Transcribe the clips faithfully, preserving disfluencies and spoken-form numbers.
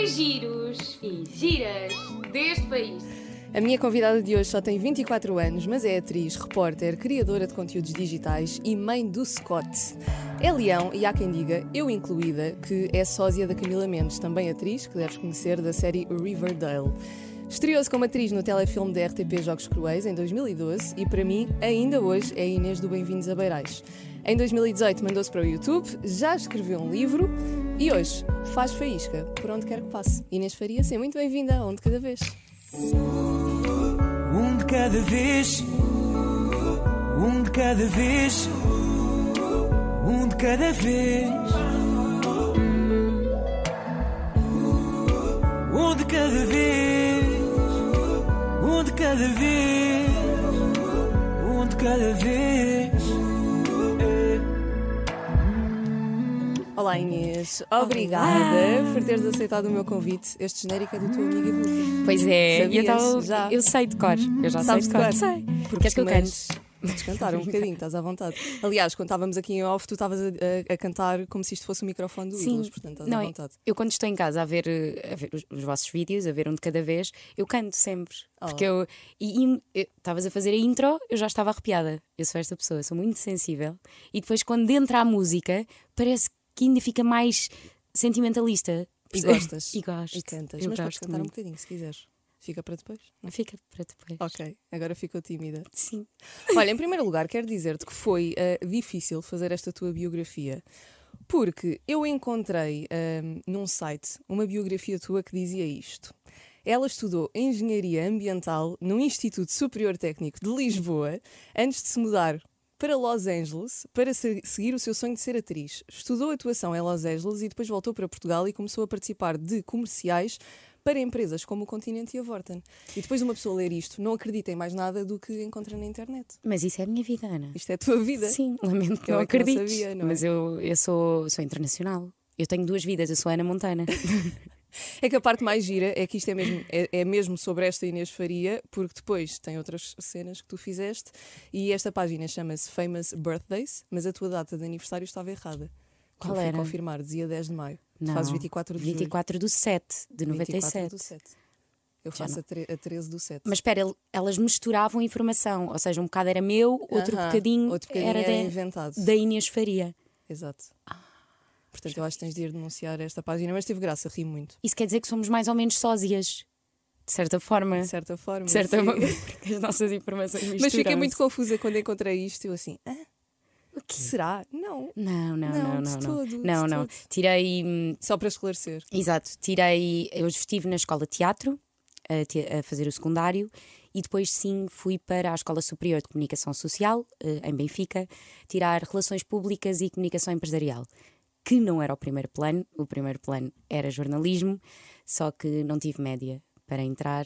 os giros e giras deste país. A minha convidada de hoje só tem vinte e quatro anos, mas é atriz, repórter, criadora de conteúdos digitais e mãe do Scott. É leão e há quem diga, eu incluída, que é sósia da Camila Mendes, também atriz, que deves conhecer da série Riverdale. Estreou-se como atriz no telefilme da R T P Jogos Cruéis em dois mil e doze e, para mim, ainda hoje é a Inês do Bem-vindos a Beirais. Em dois mil e dezoito mandou-se para o YouTube, já escreveu um livro e hoje faz faísca por onde quer que passe. Inês Faria, seja muito bem-vinda a Um de Cada Vez. Um de cada vez, um de cada vez, um de cada vez, um de cada vez, um de cada vez, um de cada vez. Olá Inês, obrigada Olá. por teres aceitado o meu convite. Este genérico é do teu amigo Evolution. Pois é, Sabias? eu, tava, já? eu sei de cor. Eu já Sabes sei de cor. De cor? Sei. Porque Queres que eu cante? Podes cantar um bocadinho, estás à vontade. Aliás, quando estávamos aqui em off, tu estavas a, a, a cantar como se isto fosse o microfone do Ídolos, portanto estás não, à vontade. Eu quando estou em casa a ver, a ver os, os vossos vídeos, a ver um de cada vez, eu canto sempre. Oh. Porque eu. E estavas a fazer a intro, eu já estava arrepiada. Eu sou esta pessoa, sou muito sensível. E depois, quando entra a música, parece que ainda fica mais sentimentalista. E gostas. E gosto. E cantas. Eu Mas podes gosto cantar muito. um bocadinho, se quiseres. Fica para depois? Não? Fica para depois. Ok, agora ficou tímida. Sim. Olha, em primeiro lugar, quero dizer-te que foi uh, difícil fazer esta tua biografia, porque eu encontrei uh, num site uma biografia tua que dizia isto. Ela estudou Engenharia Ambiental no Instituto Superior Técnico de Lisboa antes de se mudar para Los Angeles para seguir o seu sonho de ser atriz. Estudou atuação em Los Angeles e depois voltou para Portugal e começou a participar de comerciais para empresas como o Continente e a Vorten. E depois de uma pessoa ler isto, não acredita em mais nada do que encontra na internet. Mas isso é a minha vida, Ana. Isto é a tua vida? Sim, lamento que eu não é que não acredites. sabia, não é? Mas eu, eu sou, sou internacional. Eu tenho duas vidas, eu sou Ana Montana. É que a parte mais gira é que isto é mesmo, é, é mesmo sobre esta Inês Faria, porque depois tem outras cenas que tu fizeste e esta página chama-se Famous Birthdays, mas a tua data de aniversário estava errada. Qual eu fui era? confirmar, dizia dez de maio. Não, Tu fazes vinte e quatro de julho. vinte e quatro do sete de noventa e sete. vinte e quatro do sete. Eu faço a, tre- a treze do sete. Mas espera, elas misturavam informação, ou seja, um bocado era meu, outro uh-huh. bocadinho, outro bocadinho era, era da, inventado. da Inês Faria. Exato. Ah, Portanto, eu acho que tens de ir denunciar esta página, mas teve graça, ri muito. Isso quer dizer que somos mais ou menos sósias, de certa forma. De certa forma, de certa sim. forma, porque as nossas informações misturam-se. Mas fiquei muito confusa quando encontrei isto, eu assim, ah, o quê? será? Não. Não, não, não, Não, não. de Não, todo, de não. não. todo. Tirei. hum, Só para esclarecer. Exato, tirei. Eu estive na escola de teatro a, te- a fazer o secundário e depois sim fui para a Escola Superior de Comunicação Social, eh, em Benfica, tirar Relações Públicas e Comunicação Empresarial, que não era o primeiro plano. O primeiro plano era jornalismo, só que não tive média para entrar,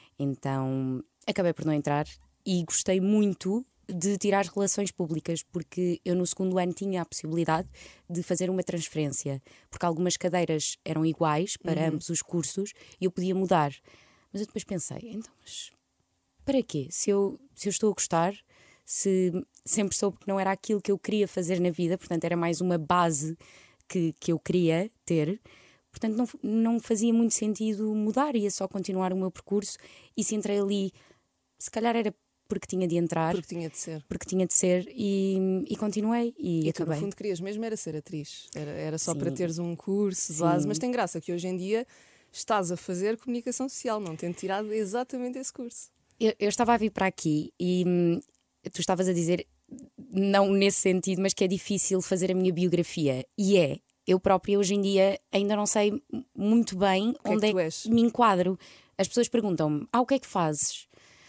então acabei por não entrar e gostei muito de tirar Relações Públicas, porque eu no segundo ano tinha a possibilidade de fazer uma transferência, porque algumas cadeiras eram iguais para Uhum. ambos os cursos e eu podia mudar. Mas eu depois pensei, então, mas para quê? Se eu, se eu estou a gostar, se sempre soube que não era aquilo que eu queria fazer na vida, portanto era mais uma base que, que eu queria ter, portanto não, não fazia muito sentido mudar, ia só continuar o meu percurso e se entrei ali, se calhar era porque tinha de entrar, Porque tinha de ser. porque tinha de ser e, e continuei e, E tu, acabei. no fundo, querias mesmo era ser atriz. Era, era só Sim. para teres um curso de Sim. base, mas tem graça que hoje em dia estás a fazer comunicação social, não tendo tirado exatamente esse curso. Eu, eu estava a vir para aqui e hum, tu estavas a dizer, não nesse sentido, mas que é difícil fazer a minha biografia. E é, eu própria hoje em dia ainda não sei muito bem que é onde que é tu que, és? me enquadro. As pessoas perguntam-me, ah, o que é que fazes?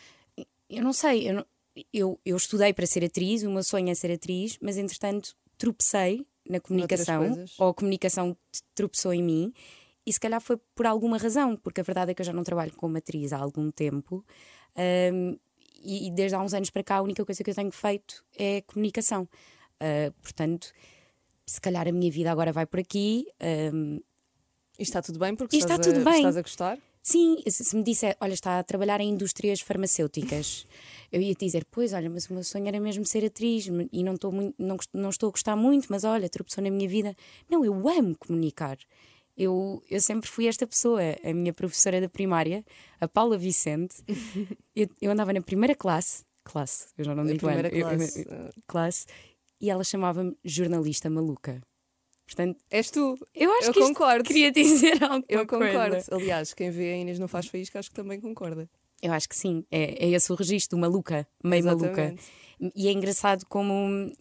Eu não sei, eu, não- eu, eu estudei para ser atriz, o meu sonho é ser atriz, mas entretanto tropecei na comunicação, coisas. ou a comunicação t- tropeçou em mim. E se calhar foi por alguma razão, porque a verdade é que eu já não trabalho como atriz há algum tempo, hum, e, e desde há uns anos para cá a única coisa que eu tenho feito é comunicação. Ah, portanto, se calhar a minha vida agora vai por aqui. hum, E está tudo bem porque E está estás, a, tudo bem. estás a gostar? Sim, se se me disse, olha, está a trabalhar em indústrias farmacêuticas, eu ia te dizer, pois, olha, mas o meu sonho era mesmo ser atriz e não estou, muito, não, gost- não estou a gostar muito, mas olha, tropeçou na minha vida. Não, eu amo comunicar. eu, eu sempre fui esta pessoa. A minha professora da primária, a Paula Vicente, eu, eu andava na primeira classe, classe, eu já não A digo ano, primeira eu- eu- classe. eu- classe, e ela chamava-me jornalista maluca. Portanto, És tu. eu acho Eu que isto concordo. queria dizer alguma Eu concordo. coisa. Aliás, quem vê a Inês não faz faísca, acho que também concorda. Eu acho que sim, é, é esse o registro, maluca, meio maluca. Exatamente. E é engraçado como hum,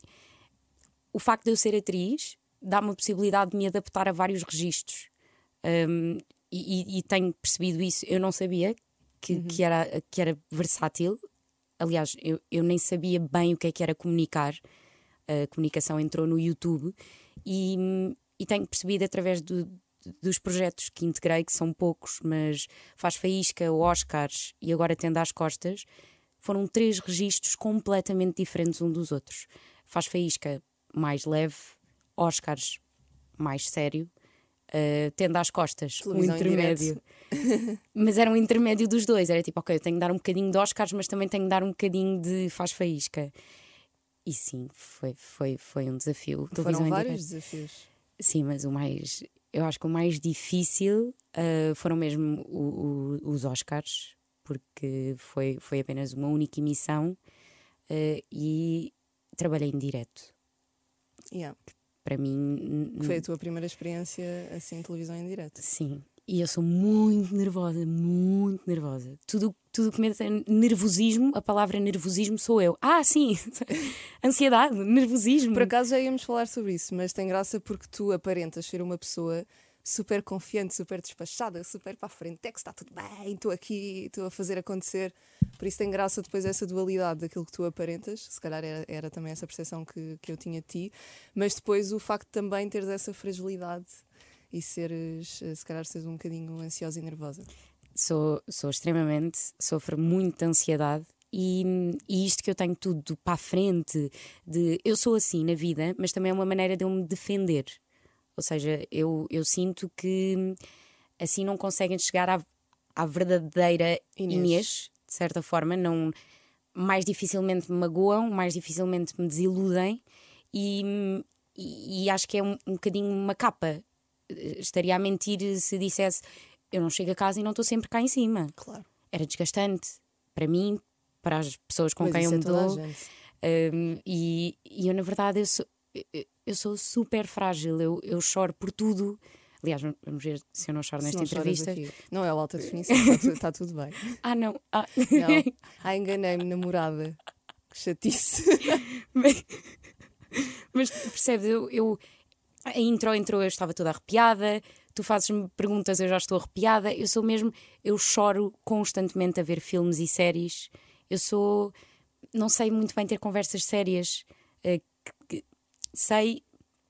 o facto de eu ser atriz dá-me a possibilidade de me adaptar a vários registros. Hum, e, e- e tenho percebido isso. Eu não sabia que, que, era, que era versátil. Aliás, eu, eu nem sabia bem o que é que era comunicar. A comunicação entrou no YouTube e, hum, e tenho percebido através do, dos projetos que integrei, que são poucos, mas Faz Faísca, Oscars e agora Tenda às Costas, foram três registros completamente diferentes um dos outros. Faz Faísca mais leve, Oscars mais sério, uh, Tenda às Costas, um Televisão em intermédio. Mas era um intermédio dos dois, era tipo, ok, eu tenho que dar um bocadinho de Oscars, mas também tenho que dar um bocadinho de Faz Faísca. E sim, foi, foi, foi um desafio. Televisão Foram em vários direto. desafios. Sim, mas o mais, eu acho que o mais difícil uh, foram mesmo o- o- os Oscars, porque foi, foi apenas uma única emissão uh, e trabalhei em direto. Yeah. Para mim, n- n- Foi a tua primeira experiência assim em televisão em direto. sim. E eu sou muito nervosa, muito nervosa. Tudo tudo que me é nervosismo, a palavra nervosismo sou eu. Ah, sim! Ansiedade, nervosismo. Por acaso já íamos falar sobre isso, mas tem graça porque tu aparentas ser uma pessoa super confiante, super despachada, super para a frente, é que está tudo bem, estou aqui, estou a fazer acontecer. Por isso tem graça depois essa dualidade daquilo que tu aparentas, se calhar era, era também essa percepção que, que eu tinha de ti, mas depois o facto de também teres essa fragilidade e seres, eh, se calhar seres um bocadinho ansiosa e nervosa. Sou, sou extremamente, sofro muito de ansiedade e, e isto que eu tenho tudo para a frente, de, eu sou assim na vida, mas também é uma maneira de eu me defender. Ou seja, eu, eu sinto que assim não conseguem chegar à, à verdadeira Inês. Inês, de certa forma, não, mais dificilmente me magoam, mais dificilmente me desiludem e, e, e acho que é um, um bocadinho uma capa. Estaria a mentir se dissesse eu não chego a casa e não estou sempre cá em cima. Claro. Era desgastante para mim, para as pessoas com Mas quem isso eu é me toda a dou. gente. Um, e, e eu, na verdade, eu sou, eu, eu sou super frágil. Eu, eu choro por tudo. Aliás, vamos ver se eu não choro Se nesta não choras entrevista. aqui. Não é o alta definição, está tu- tá tudo bem. Ah, não. Ah. Não. Ah, enganei-me, namorada. Que chatice. mas, mas percebes, eu, eu a intro entrou, eu estava toda arrepiada. Tu fazes-me perguntas, eu já estou arrepiada. Eu sou mesmo, eu choro constantemente a ver filmes e séries. Eu sou, não sei muito bem ter conversas sérias. Eh, que- que- sei.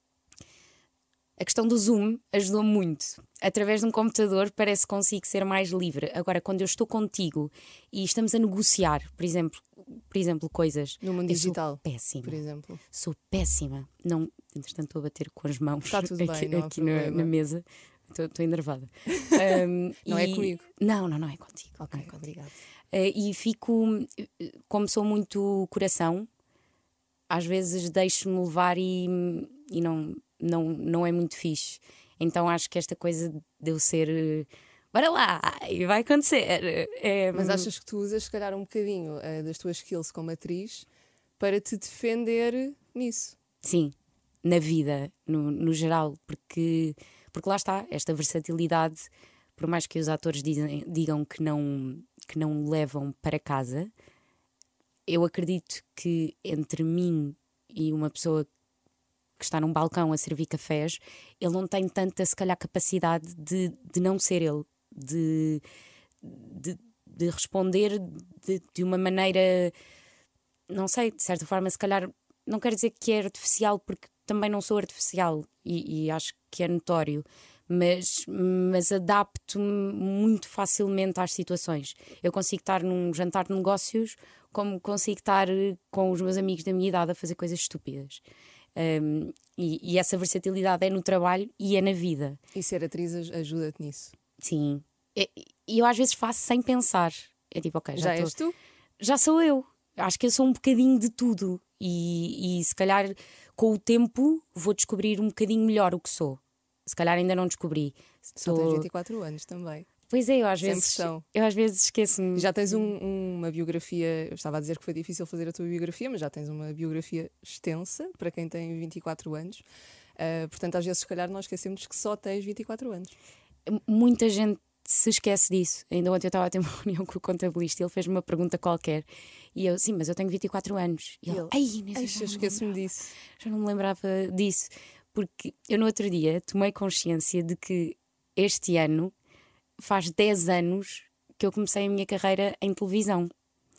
A questão do Zoom ajudou muito. Através de um computador parece que consigo ser mais livre. Agora, quando eu estou contigo e estamos a negociar, por exemplo, por exemplo coisas. No mundo eu sou digital, péssima. por exemplo. Sou péssima. Não, entretanto, estou a bater com as mãos Está tudo aqui, bem, não há aqui na, problema. na mesa. Estou, estou enervada. Um, Não é e- comigo? Não, não, não é contigo. Ok, não é contigo. obrigada. Uh, e fico, uh, como sou muito coração, às vezes deixo-me levar e, e não, não, não é muito fixe. Então acho que esta coisa de eu ser uh, bora lá, e vai acontecer. É, Mas achas que tu usas, se calhar, um bocadinho eh, das tuas skills como atriz para te defender nisso? Sim, na vida, no, no geral, porque, porque lá está, esta versatilidade, por mais que os atores dizem, digam que não, que não levam para casa, eu acredito que entre mim e uma pessoa que está num balcão a servir cafés, ele não tem tanta, se calhar, capacidade de, de não ser ele, de, de, de responder de, de uma maneira, não sei, de certa forma, se calhar, não quero dizer que é artificial, porque também não sou artificial e, e acho que é notório, mas, mas adapto-me muito facilmente às situações. Eu consigo estar num jantar de negócios como consigo estar com os meus amigos da minha idade a fazer coisas estúpidas. Um, e, e essa versatilidade é no trabalho e é na vida. E ser atriz aj- ajuda-te nisso. Sim. E e eu às vezes faço sem pensar. É tipo, ok, já, Já tô- és tu? já sou eu. Acho que eu sou um bocadinho de tudo. E, e se calhar com o tempo vou descobrir um bocadinho melhor o que sou. se calhar ainda não descobri. Só tens vinte e quatro anos também. Pois é, eu às Sem vezes, pressão. eu às vezes esqueço-me. Já tens um- um- uma biografia, eu estava a dizer que foi difícil fazer a tua biografia, mas já tens uma biografia extensa para quem tem vinte e quatro anos. Ah, portanto, às vezes, se calhar, nós esquecemos que só tens vinte e quatro anos. Muita gente se esquece disso. Ainda ontem eu estava a ter uma reunião com o contabilista e ele fez-me uma pergunta qualquer. E eu, sim, mas eu tenho vinte e quatro anos. E ele, ele, ai, Inês, Ai, eu já eu não esqueço-me lembrava." disso. Já não me lembrava disso. Porque eu no outro dia tomei consciência de que este ano faz dez anos que eu comecei a minha carreira em televisão.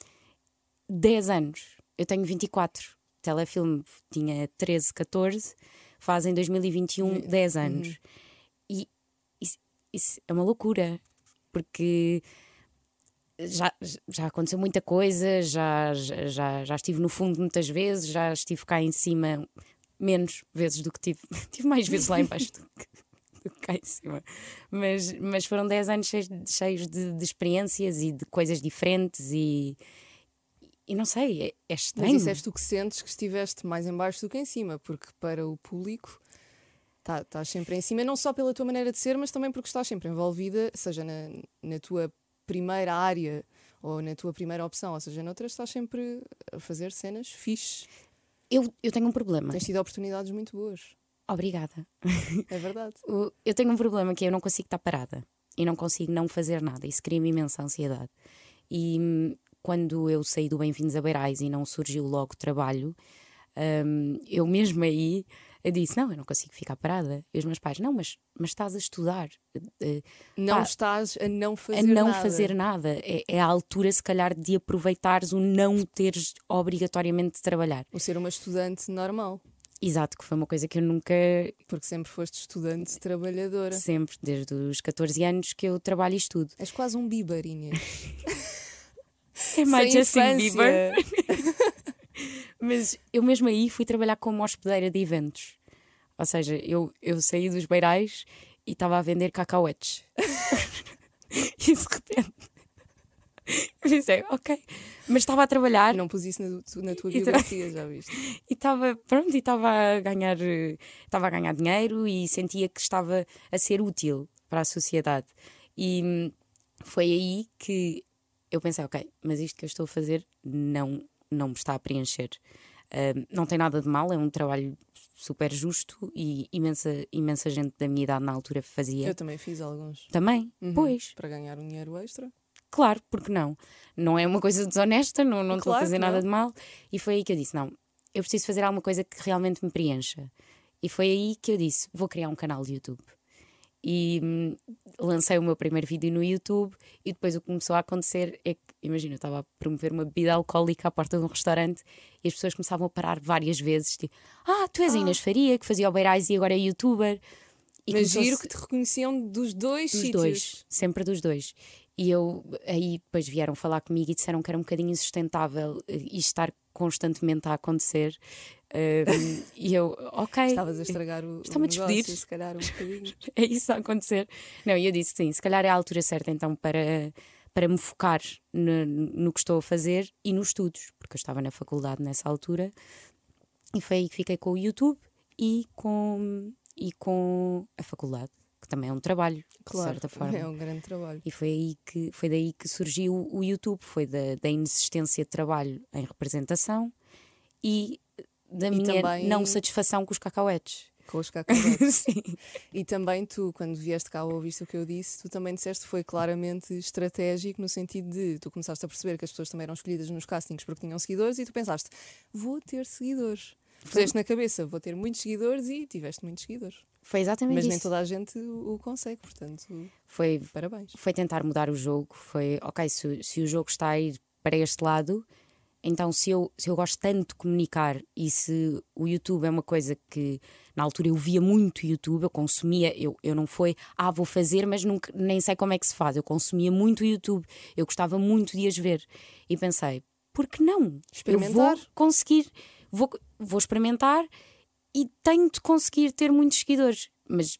dez anos. Eu tenho vinte e quatro. Telefilme tinha treze, catorze. Faz em dois mil e vinte e um dez anos. Uhum. E isso, isso é uma loucura. Porque já, já aconteceu muita coisa, já, já, já estive no fundo muitas vezes, já estive cá em cima menos vezes do que tive. Tive mais vezes lá em baixo do que, do que cá em cima. Mas, mas foram dez anos cheios, cheios de, de experiências e de coisas diferentes e, e não sei, é, é estranho. Mas isso és tu que sentes que estiveste mais em baixo do que em cima, porque para o público tá, estás sempre em cima, não só pela tua maneira de ser, mas também porque estás sempre envolvida, seja na, na tua primeira área ou na tua primeira opção, ou seja, noutras estás sempre a fazer cenas fixe. Eu, eu tenho um problema. Tens tido oportunidades muito boas. Obrigada. É verdade. O- Eu tenho um problema que é eu não consigo estar parada e não consigo não fazer nada. Isso cria-me imensa ansiedade. E hum, quando eu saí do Bem-vindos a Beirais e não surgiu logo trabalho, hum, eu mesmo aí eu disse: não, eu não consigo ficar parada. E os meus pais: não, mas, mas estás a estudar. Eh, Não Pá, estás a não fazer a não nada. fazer nada. É, é a altura, se calhar, de aproveitares o não teres obrigatoriamente de trabalhar. O ser uma estudante normal, Exato, que foi uma coisa que eu nunca, porque sempre foste estudante trabalhadora. sempre, desde os catorze anos que eu trabalho e estudo. És quase um Bieber, Inês. É mais Sem Justin infância. Bieber. Mas eu mesmo aí fui trabalhar como hospedeira de eventos. Ou seja, eu, eu saí dos Beirais e estava a vender cacauetes. E de repente eu pensei, ok. Mas estava a trabalhar Não pus isso na, tu- na tua E tu- biografia, já viste? e estava, pronto, e estava a ganhar, eh, estava a ganhar dinheiro e sentia que estava a ser útil para a sociedade. E hum, foi aí que eu pensei, ok, mas isto que eu estou a fazer não, não me está a preencher. Hum, não tem nada de mal, é um trabalho super justo e imensa, imensa gente da minha idade na altura fazia. Eu também fiz alguns. Também, Uhum. pois, Para ganhar um dinheiro extra. claro, porque não? Não é uma coisa desonesta, não, não estou Claro a fazer que nada não. de mal. E foi aí que eu disse: não, eu preciso fazer alguma coisa que realmente me preencha. E foi aí que eu disse: vou criar um canal de YouTube. E hum, lancei o meu primeiro vídeo no YouTube. E depois o que começou a acontecer é que, imagina, eu estava a promover uma bebida alcoólica à porta de um restaurante e as pessoas começavam a parar várias vezes, tipo: ah, tu és a Inês Faria, que fazia o Beirais e agora é youtuber. E Mas começou-se- giro que te reconheciam dos dois dos sítios. dois, sempre dos dois. E eu aí depois vieram falar comigo e disseram que era um bocadinho insustentável eh, isto estar constantemente a acontecer. Um, e eu, ok, Estavas a estragar o, Está-me o a despedir. negócio, se calhar um bocadinho. é isso a acontecer. Não, e eu disse sim, se calhar é a altura certa então para, para me focar no, no que estou a fazer e nos estudos, porque eu estava na faculdade nessa altura. E foi aí que fiquei com o YouTube e com, e com a faculdade, que também é um trabalho, Claro, de certa forma. é um grande trabalho. E foi, aí que, foi daí que surgiu o YouTube, foi da, da inexistência de trabalho em representação e da E minha também- não satisfação com os cacauetes. Com os cacauetes. Sim. E também tu, quando vieste cá ou ouviste o que eu disse, tu também disseste que foi claramente estratégico no sentido de tu começaste a perceber que as pessoas também eram escolhidas nos castings porque tinham seguidores e tu pensaste, vou ter seguidores. Puseste na cabeça, vou ter muitos seguidores e tiveste muitos seguidores. Foi exatamente Mas isso. nem toda a gente o, o consegue, portanto, Foi, parabéns. foi tentar mudar o jogo. Foi, ok, se, se o jogo está a ir para este lado, então se eu, se eu gosto tanto de comunicar e se o YouTube é uma coisa que na altura eu via muito YouTube, eu consumia, eu, eu não foi, ah, vou fazer, mas nunca, nem sei como é que se faz. Eu consumia muito o YouTube, eu gostava muito de as ver. E pensei, por que não? Eu Experimentar. vou conseguir, vou, vou experimentar e tenho de conseguir ter muitos seguidores. Mas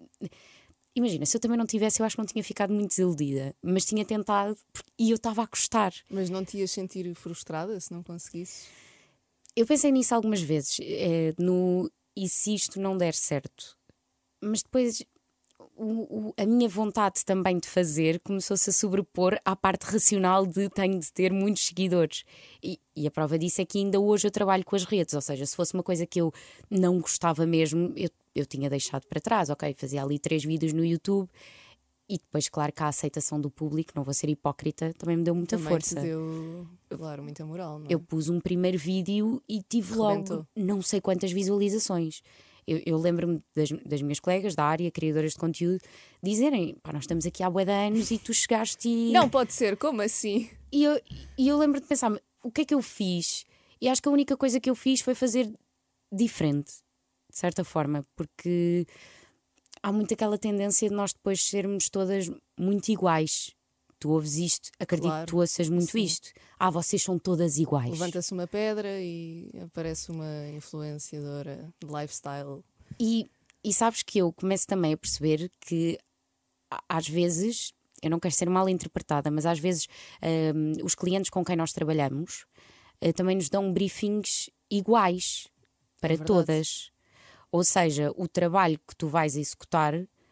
imagina, se eu também não tivesse, eu acho que não tinha ficado muito desiludida, mas tinha tentado porque- e eu estava a gostar. Mas não te ias sentir frustrada se não conseguisses? Eu pensei nisso algumas vezes, eh, no e se isto não der certo? mas depois o, o, a minha vontade também de fazer começou-se a sobrepor à parte racional de tenho de ter muitos seguidores. E, e a prova disso é que ainda hoje eu trabalho com as redes, ou seja, se fosse uma coisa que eu não gostava mesmo, eu, eu tinha deixado para trás, ok? Fazia ali três vídeos no YouTube. E depois, claro, que a aceitação do público, não vou ser hipócrita, também me deu muita Também força. Te deu, claro, muita moral, não é? Eu pus um primeiro vídeo e tive Rebentou. logo não sei quantas visualizações. Eu, eu lembro-me das, das minhas colegas da área, criadoras de conteúdo, dizerem: pá, nós estamos aqui há bué de anos e tu chegaste e. Não pode ser, como assim? E eu, e eu lembro de pensar: o que é que eu fiz? E acho que a única coisa que eu fiz foi fazer diferente, de certa forma, porque há muito aquela tendência de nós depois sermos todas muito iguais. Tu ouves isto, acredito Claro, que tu ouças muito sim. isto. Ah, vocês são todas iguais. Levanta-se uma pedra e aparece uma influenciadora de lifestyle. E, e sabes que eu começo também a perceber que a- às vezes, eu não quero ser mal interpretada, mas às vezes hum, os clientes com quem nós trabalhamos eh, também nos dão briefings iguais para verdade. todas. Ou seja, o trabalho que tu vais executar,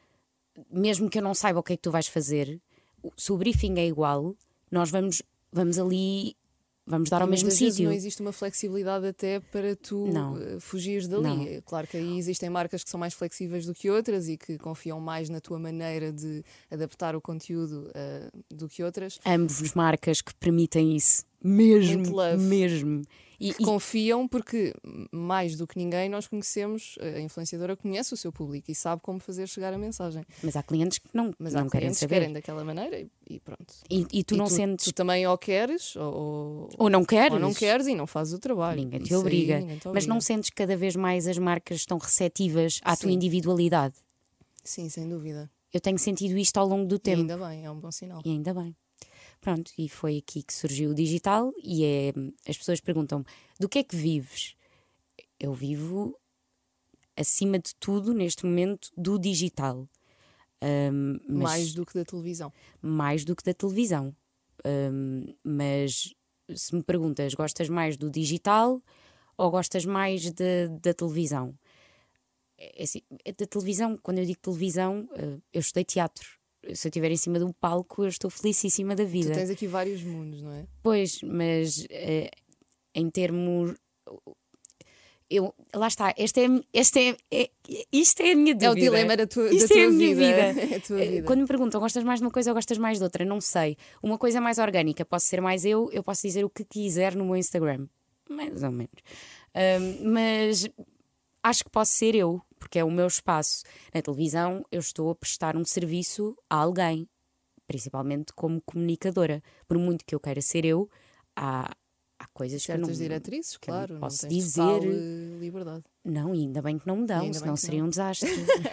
mesmo que eu não saiba o que é que tu vais fazer, o- se o briefing é igual, nós vamos, vamos ali, vamos dar ao E mesmo muitas vezes sítio. não existe uma flexibilidade até para tu Não. eh, fugires dali. Não. É claro que aí existem marcas que são mais flexíveis do que outras e que confiam mais na tua maneira de adaptar o conteúdo eh, do que outras. Ambos marcas que permitem isso. Mesmo, Muito love. mesmo. E, Que e- confiam porque, mais do que ninguém, nós conhecemos, a influenciadora conhece o seu público e sabe como fazer chegar a mensagem. mas há clientes que não, Mas não há querem clientes que saber. querem daquela maneira e, e pronto. E, e tu E não sentes. Tu também ou queres ou, ou, Ou não queres. ou não queres e não fazes o trabalho. Ninguém te Isso aí obriga. ninguém te Mas não obriga. sentes que cada vez mais as marcas estão receptivas à tua Sim. individualidade. Sim, sem dúvida. Eu tenho sentido isto ao longo do E tempo. ainda bem, é um bom sinal. E ainda bem. Pronto, e foi aqui que surgiu o digital. E é, as pessoas perguntam-me: do que é que vives? Eu vivo, acima de tudo, neste momento, do digital. Ahm, mas Mais do que da televisão. mais do que da televisão. Ahm, mas se me perguntas, gostas mais do digital ou gostas mais de- da televisão? É assim, é da televisão, quando eu digo televisão, eh, eu estudei teatro. Se eu estiver em cima de um palco, eu estou felicíssima da Tu vida. tens aqui vários mundos, não é? Pois, mas eh, em termos. Eu, lá está, esta é, a mi- esta é, é- isto é a minha dúvida. É o dilema da tua, da Isto é tua a minha vida. vida. É a tua Eh, vida. Quando me perguntam, gostas mais de uma coisa ou gostas mais de outra? Não sei. Uma coisa é mais orgânica, posso ser mais eu, eu posso dizer o que quiser no meu Instagram. Mais ou menos. Ahm, mas acho que posso ser eu, porque é o meu espaço. Na televisão, eu estou a prestar um serviço a alguém, principalmente como comunicadora. Por muito que eu queira ser eu, há, há coisas que eu não. Certas diretrizes, que eu não claro. Não posso tens dizer. total, eh, liberdade. Não, e ainda bem que não me dão, ainda senão bem que seria não. um desastre.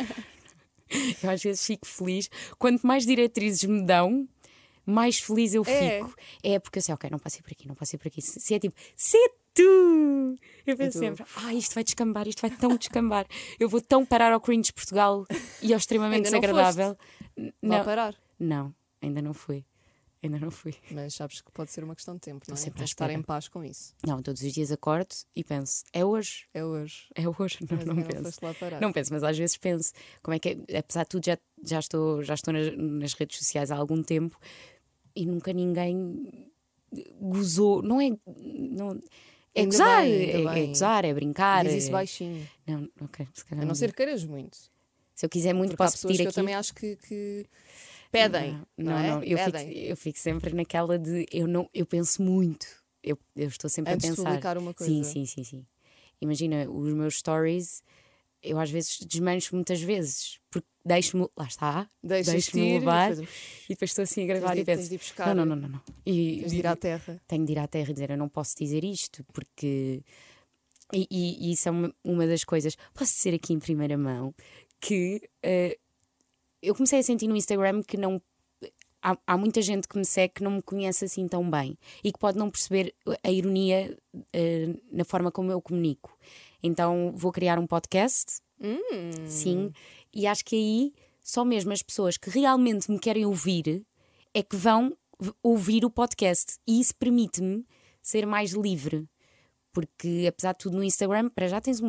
Eu às vezes fico feliz. Quanto mais diretrizes me dão, mais feliz eu É. fico. É porque eu sei, ok, não passei por aqui, não passei por aqui. Se se é tipo, se é tu! Eu penso tu. sempre, ah, isto vai descambar, isto vai tão descambar. Eu vou tão parar ao Cringe Portugal e ao extremamente Ainda não desagradável. Vá Não, parar. não, ainda não fui. Ainda não fui. Mas sabes que pode ser uma questão de tempo, não é? sempre à Tens de estar espera. em paz com isso. Não, todos os dias acordo e penso, é hoje, É hoje. é hoje. Não, Mas não ainda não penso. foste lá parar. Não penso, mas às vezes penso como é que é, apesar de tudo já, já estou, já estou nas, nas redes sociais há algum tempo e nunca ninguém gozou, não é não, é Ainda gozar, bem, é, ainda é bem. gozar, é brincar. Diz isso é- baixinho. Não, ok, se calhar A não não ser digo. que queiras muito. Se eu quiser muito Porque há posso pessoas pedir que eu aqui. também acho que, que pedem. Não, Não, é? não, eu, fico, Pedem. eu fico sempre naquela de eu não, eu penso muito. Eu, eu estou sempre Antes a de pensar. publicar uma coisa. Sim, sim, sim, sim. Imagina, os meus stories, eu às vezes desmancho muitas vezes, porque deixo-me, lá está, Deixas-te deixo-me ir levar e depois e depois estou assim a gravar tens de, e penso, tens de ir buscar. não, não, não, não, não. E, Tens de ir à terra. tenho de ir à terra e dizer, eu não posso dizer isto, porque. E, e- e isso é uma, uma das coisas. Posso dizer aqui em primeira mão que eh, eu comecei a sentir no Instagram que não. Há, há muita gente que me segue que não me conhece assim tão bem e que pode não perceber a ironia eh, na forma como eu comunico. Então vou criar um podcast, Hum. sim, e acho que aí só mesmo as pessoas que realmente me querem ouvir é que vão v- ouvir o podcast. E isso permite-me ser mais livre. Porque, apesar de tudo, no Instagram, para já tens uma,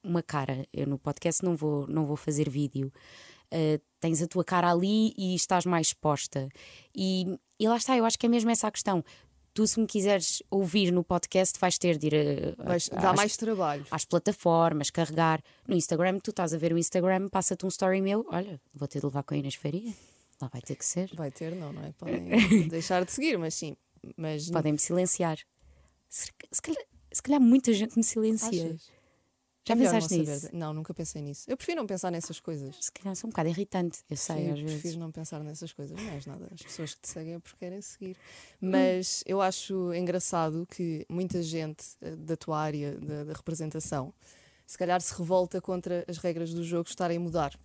uma cara. Eu no podcast não vou, não vou fazer vídeo. Uh, tens a tua cara ali e estás mais exposta. E, e lá está, eu acho que é mesmo essa a questão. Tu, se me quiseres ouvir no podcast, vais ter de ir a, a, Vais dar às, mais trabalho. às plataformas, carregar. No Instagram, tu estás a ver o Instagram, passa-te um story meu. Olha, vou ter de levar com a Inês Faria. Lá vai ter que ser. Vai ter, não, não é? Podem deixar de seguir, mas sim. Mas Podem-me silenciar. Se, se, calhar, se calhar muita gente me silencia. Achas? Já É melhor pensaste não nisso? saber. Não, nunca pensei nisso. Eu prefiro não pensar nessas coisas. Se calhar sou um bocado irritante, eu sei, Sim, às vezes. prefiro não pensar nessas coisas. Não és nada. As pessoas que te seguem é porque querem seguir. Mas eu acho engraçado que muita gente eh, da tua área da, da representação se calhar se revolta contra as regras do jogo estarem a mudar.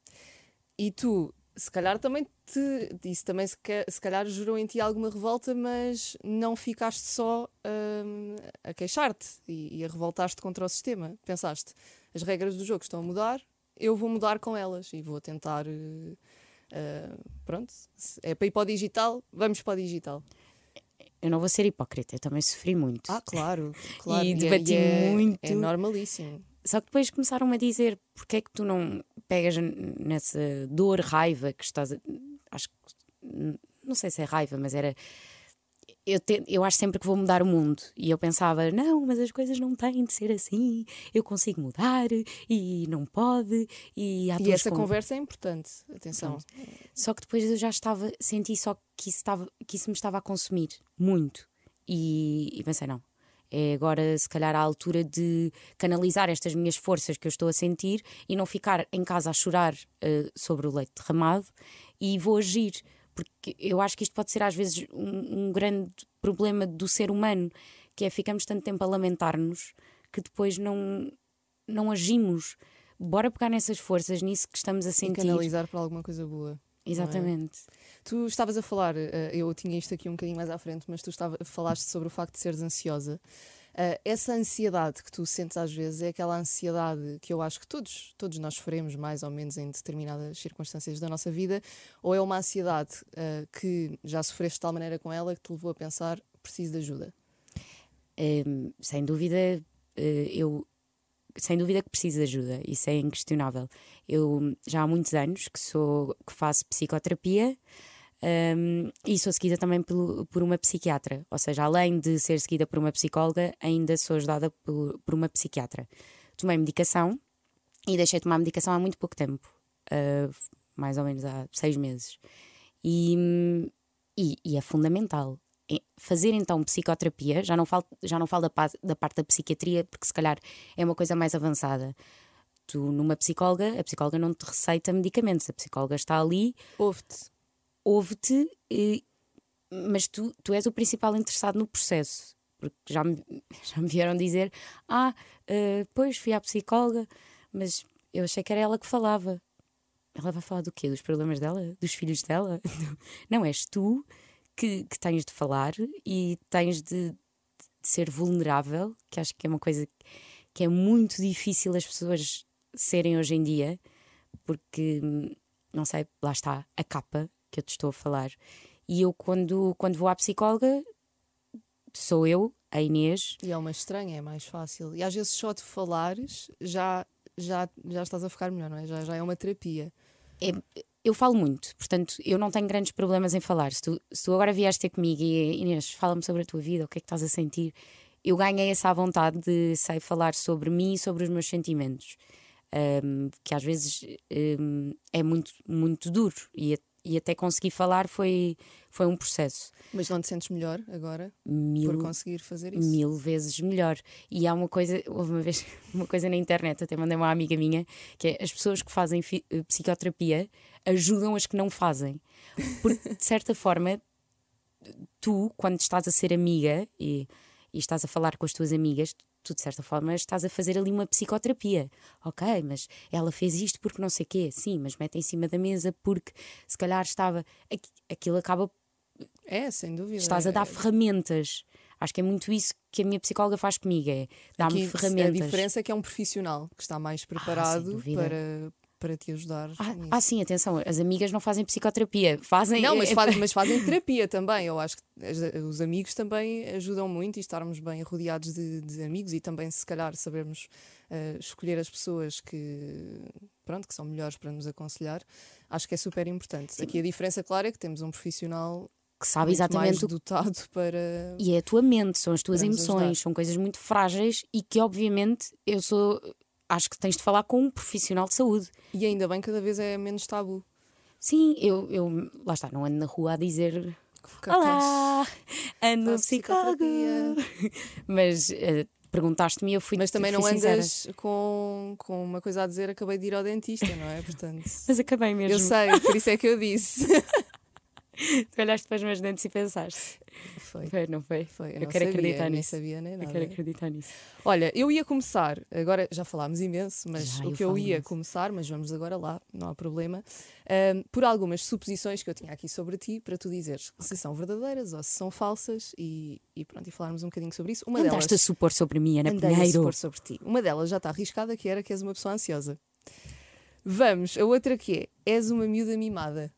E tu, se calhar também te, isso também se, ca- se calhar gerou em ti alguma revolta, mas não ficaste só hum, a queixar-te e, e a revoltar-te contra o sistema. Pensaste, as regras do jogo estão a mudar, eu vou mudar com elas e vou tentar. Uh, uh, pronto, se é para ir para o digital, vamos para o digital. Eu não vou ser hipócrita, eu também sofri muito. Ah, claro, claro. E é- debati é, muito. É normalíssimo. Só que depois começaram-me a dizer porque é que tu não pegas n- nessa dor, raiva que estás a... Acho que... n- Não sei se é raiva, mas era... Eu, te- eu acho sempre que vou mudar o mundo. E eu pensava, não, mas as coisas não têm de ser assim. Eu consigo mudar e não pode. E, há E pessoas essa com- conversa é importante. Atenção. Só que depois eu já estava, senti só que isso, estava, que isso me estava a consumir muito. E, e pensei, não, é agora se calhar a altura de canalizar estas minhas forças que eu estou a sentir e não ficar em casa a chorar uh, sobre o leite derramado, e vou agir. Porque eu acho que isto pode ser às vezes um, um grande problema do ser humano, que é ficamos tanto tempo a lamentar-nos que depois não, não agimos. Bora pegar nessas forças, nisso que estamos a E sentir. canalizar para alguma coisa boa. Exatamente. Tu estavas a falar, eh, eu tinha isto aqui um bocadinho mais à frente, mas tu estava, falaste sobre o facto de seres ansiosa. Eh, essa ansiedade que tu sentes às vezes é aquela ansiedade que eu acho que todos, todos nós sofremos mais ou menos em determinadas circunstâncias da nossa vida, ou é uma ansiedade eh, que já sofreste de tal maneira com ela que te levou a pensar, preciso de ajuda? Um, sem dúvida, uh, eu sem dúvida que preciso de ajuda, isso é inquestionável. Eu já há muitos anos que, sou, que faço psicoterapia, um, e sou seguida também por, por uma psiquiatra, ou seja, além de ser seguida por uma psicóloga, ainda sou ajudada por, por uma psiquiatra. Tomei medicação e deixei de tomar medicação há muito pouco tempo, uh, mais ou menos há seis meses, e, e, e é fundamental. Fazer então psicoterapia, já não falo, já não falo da, pa- da parte da psiquiatria, porque se calhar é uma coisa mais avançada. Tu, numa psicóloga, a psicóloga não te receita medicamentos, a psicóloga está ali, Ouve-te. ouve-te, e- mas tu, tu és o principal interessado no processo. Porque já me, já me vieram dizer: Ah, uh, pois fui à psicóloga, mas eu achei que era ela que falava. Ela vai falar do quê? Dos problemas dela? Dos filhos dela? Não, és tu. Que, que tens de falar e tens de, de ser vulnerável, que acho que é uma coisa que é muito difícil as pessoas serem hoje em dia, porque, não sei, lá está a capa que eu te estou a falar. E eu, quando, quando vou à psicóloga, sou eu, a Inês. E é uma estranha, é mais fácil. E às vezes só de falares já, já, já estás a ficar melhor, não é? Já, já é uma terapia. É, eu falo muito, portanto, eu não tenho grandes problemas em falar. Se tu, se tu agora vieste ter comigo e Inês, fala-me sobre a tua vida, o que é que estás a sentir, eu ganhei essa vontade de, sei, falar sobre mim e sobre os meus sentimentos, um, que às vezes um, é muito, muito duro, e, e até conseguir falar foi, foi um processo. Mas não te sentes melhor agora Mil, por conseguir fazer isso? mil vezes melhor. E há uma coisa, houve uma vez uma coisa na internet, até mandei uma amiga minha, que é: as pessoas que fazem fi- psicoterapia ajudam as que não fazem, porque de certa forma tu, quando estás a ser amiga e, e estás a falar com as tuas amigas, tu de certa forma estás a fazer ali uma psicoterapia. Ok, mas ela fez isto porque não sei quê. Sim, mas mete em cima da mesa porque se calhar estava... Aqui- aquilo acaba... É, sem dúvida. Estás a dar É- ferramentas. Acho que é muito isso que a minha psicóloga faz comigo, é dar-me Aqui ferramentas. A diferença é que é um profissional que está mais preparado dúvida. para, para te ajudar. Ah, nisso. ah, sim, atenção, as amigas não fazem psicoterapia, fazem. Não, mas fazem, mas fazem terapia também. Eu acho que as- os amigos também ajudam muito, e estarmos bem rodeados de, de amigos, e também, se calhar, sabermos uh, escolher as pessoas que, pronto, que são melhores para nos aconselhar. Acho que é super importante. Sim. Aqui a diferença, claro, é que temos um profissional que sabe muito exatamente mais o dotado para. E é a tua mente, são as tuas para nos emoções, ajudar. são coisas muito frágeis e que, obviamente, eu sou. Acho que tens de falar com um profissional de saúde. E ainda bem, cada vez é menos tabu. Sim, eu, eu lá está, não ando na rua a dizer Capaz. olá, ando no Faço psicólogo. psicoterapia. Mas uh, perguntaste-me e eu fui Mas também fui não sincera. andas com, com uma coisa a dizer, acabei de ir ao dentista, não é? Portanto, Mas acabei mesmo. eu sei, por isso é que eu disse. Tu olhaste para os meus dentes e pensaste. Foi. Foi, não foi? Foi, eu, Eu não quero sabia, acreditar nem nisso. sabia nem Eu nada. quero acreditar nisso. Olha, eu ia começar, agora já falámos imenso, mas Já, o eu que eu falo ia imenso. começar, mas vamos agora lá, não há problema, ahm, por algumas suposições que eu tinha aqui sobre ti, para tu dizeres se são verdadeiras ou se são falsas, e, e pronto, e falarmos um bocadinho sobre isso. Uma Andaste delas, a supor sobre mim, Ana andei a Pinheiro. supor sobre ti. Uma delas já está arriscada, que era que és uma pessoa ansiosa. Vamos, a outra que é, és uma miúda mimada.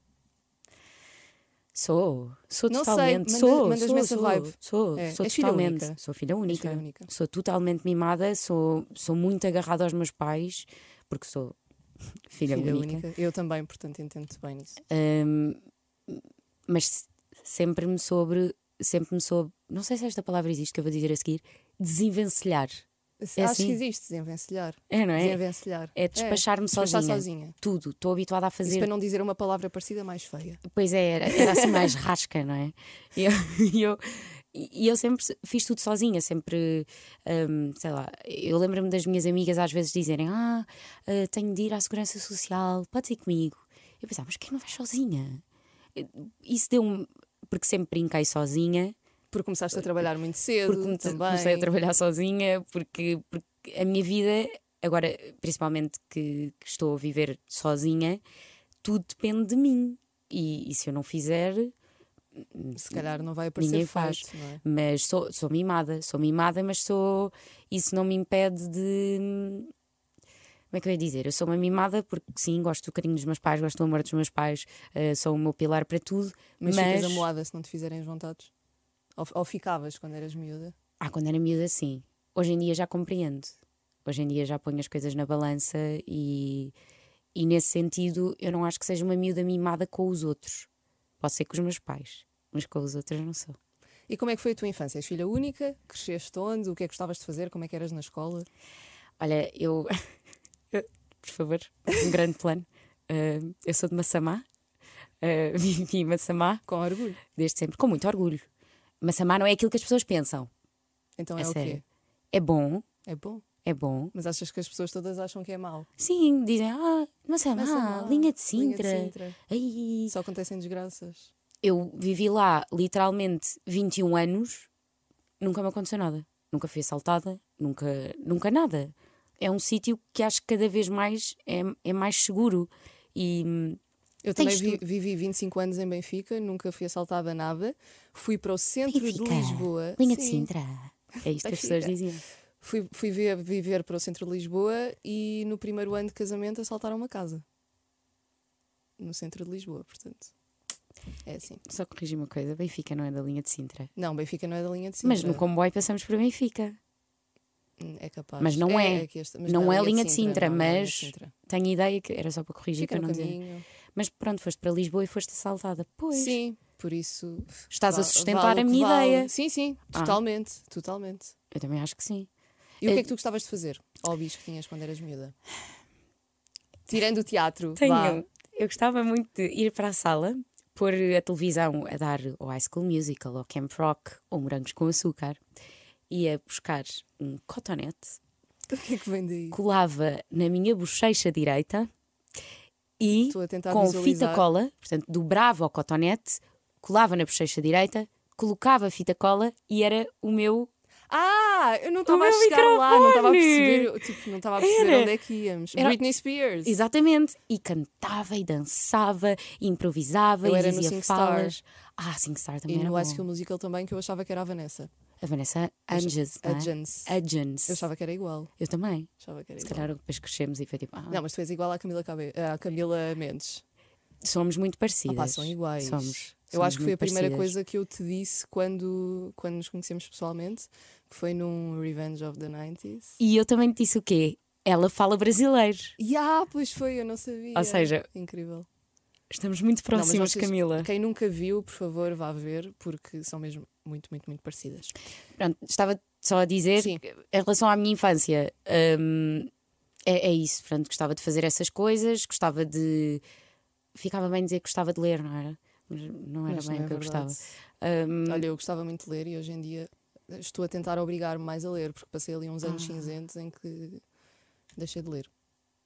Sou, sou Não sei, totalmente. manda- sou, mandas-me sou, essa sou, vibe. Sou, É, sou és filha totalmente. única. Sou filha única. filha única. Sou totalmente mimada, sou, sou muito agarrada aos meus pais, porque sou filha, Filha única. única. Eu também, portanto, entendo-te bem nisso. Hum, mas sempre me sobre, sempre me soube, não sei se esta palavra existe que eu vou dizer a seguir, desenvencilhar. É Acho assim? que existe, desenvencilhar. É, não é? Desenvencilhar. É despachar-me despachar sozinha. sozinha. Tudo. Estou habituada a Isso fazer. para não dizer uma palavra parecida mais feia. Pois é, era, era assim mais rasca, não é? E eu, e eu, e eu sempre fiz tudo sozinha, sempre, hum, sei lá, eu lembro-me das minhas amigas às vezes dizerem: Ah, uh, tenho de ir à Segurança Social, podes ir comigo. Eu pensava, mas porquê não vais sozinha? Isso deu-me, porque sempre brinquei sozinha, Porque começaste a trabalhar muito cedo porque também. comecei a trabalhar sozinha, porque, porque a minha vida, agora principalmente que, que estou a viver sozinha, tudo depende de mim. E, e se eu não fizer, Se calhar não vai aparecer ninguém faz. feito, não é? Mas sou, sou mimada, sou mimada, mas sou. Isso não me impede de. Como é que eu ia dizer? Eu sou uma mimada porque sim, gosto do carinho dos meus pais, gosto do amor dos meus pais, uh, sou o meu pilar para tudo. Mas, Mas, ficas amoada se não te fizerem as vontades? Ou, ou ficavas quando eras miúda? ah, quando era miúda, sim. Hoje em dia já compreendo. Hoje em dia já ponho as coisas na balança e, e nesse sentido eu não acho que seja uma miúda mimada com os outros. Posso ser com os meus pais, mas com os outros não sou. E como é que foi a tua infância? És filha única? Cresceste onde? O que é que gostavas de fazer? Como é que eras na escola? Olha, eu. Por favor, um grande plano. Uh, eu sou de Massamá, uh, vivi em Massamá Com orgulho. desde sempre, com muito orgulho. Massamá não é aquilo que as pessoas pensam. Então é, É o sério. quê? É bom, É bom. é bom. Mas achas que as pessoas todas acham que é mau? Sim, dizem, ah, Massamá, Massamá, linha de linha de Sintra. Sintra. Ai. Só acontecem desgraças. Eu vivi lá literalmente vinte e um anos, nunca me aconteceu nada. Nunca fui assaltada, nunca, nunca nada. É um sítio que acho que cada vez mais é, é mais seguro. E hum, Eu Tens também vi- tu- vivi vinte e cinco anos em Benfica, nunca fui assaltada a nada. Fui para o centro Benfica, de Lisboa. linha de Sim. Sintra. É isto que as Benfica. pessoas diziam. Fui, fui ver- viver para o centro de Lisboa e no primeiro ano de casamento assaltaram uma casa. No centro de Lisboa, portanto. É assim. Só corrigi uma coisa, Benfica não é da linha de Sintra. Não, Benfica não é da linha de Sintra. Mas no comboio passamos por Benfica. Hum, É capaz. Mas não é. que este- mas Não é é a linha de Sintra, não, não é linha de mas Sintra. tenho ideia que era só para corrigir, Fica para no não dizer. caminho. Mas pronto, foste para Lisboa e foste assaltada. Pois. Sim, por isso. Estás a va- sustentar vale a o que minha vale. ideia. Sim, sim, Ah. totalmente. Totalmente. Eu também acho que sim. E o que Eh, é que tu gostavas de fazer? Hobbies que tinhas quando eras miúda? Tirando o teatro. Tenho. vá. Eu gostava muito de ir para a sala, pôr a televisão a dar o High School Musical, ou Camp Rock, ou Morangos com Açúcar. Ia buscar um cotonete, O que é que vem daí? colava na minha bochecha direita e Estou a tentar com visualizar. fita cola, portanto, dobrava o cotonete, colava na bochecha direita, colocava a fita cola e era o meu. Ah, eu não estava a meu chegar lá, não estava a microfone! perceber, tipo, não estava a perceber Era. onde é que íamos. Era- Britney Spears. Exatamente. E cantava e dançava, e improvisava Eu e era no dizia SingStar. falas. Ah, SingStar também E era no bom. High School Musical também, que eu achava que era a Vanessa. A Vanessa Hudgens, não é? Hudgens. Hudgens. Eu achava que era igual. Eu também. Achava que era Se igual. calhar depois crescemos e foi tipo. Ah, Não, mas tu és igual à Camila, Cabe... à Camila Mendes. somos muito Ah, parecidas. pá, são iguais. Somos. Eu somos acho que foi a muito primeira parecidas. coisa que eu te disse quando, quando nos conhecemos pessoalmente, que foi num Revenge of the nineties. E eu também te disse o quê? Ela fala brasileiro. E ah, pois foi, eu não sabia. Ou seja, incrível. Estamos muito Não, mas próximos, vocês- Camila. Quem nunca viu, por favor, vá ver, porque são mesmo muito, muito, muito parecidas. Pronto, estava só a dizer, Sim. que, em relação à minha infância, hum, é, é isso. Portanto, gostava de fazer essas coisas, gostava de. Ficava bem dizer que gostava de ler, não era? Mas não era Mas bem não o é que eu verdade. gostava. Hum, Olha, eu gostava muito de ler e hoje em dia estou a tentar obrigar-me mais a ler, porque passei ali uns anos Ah. cinzentos em que deixei de ler.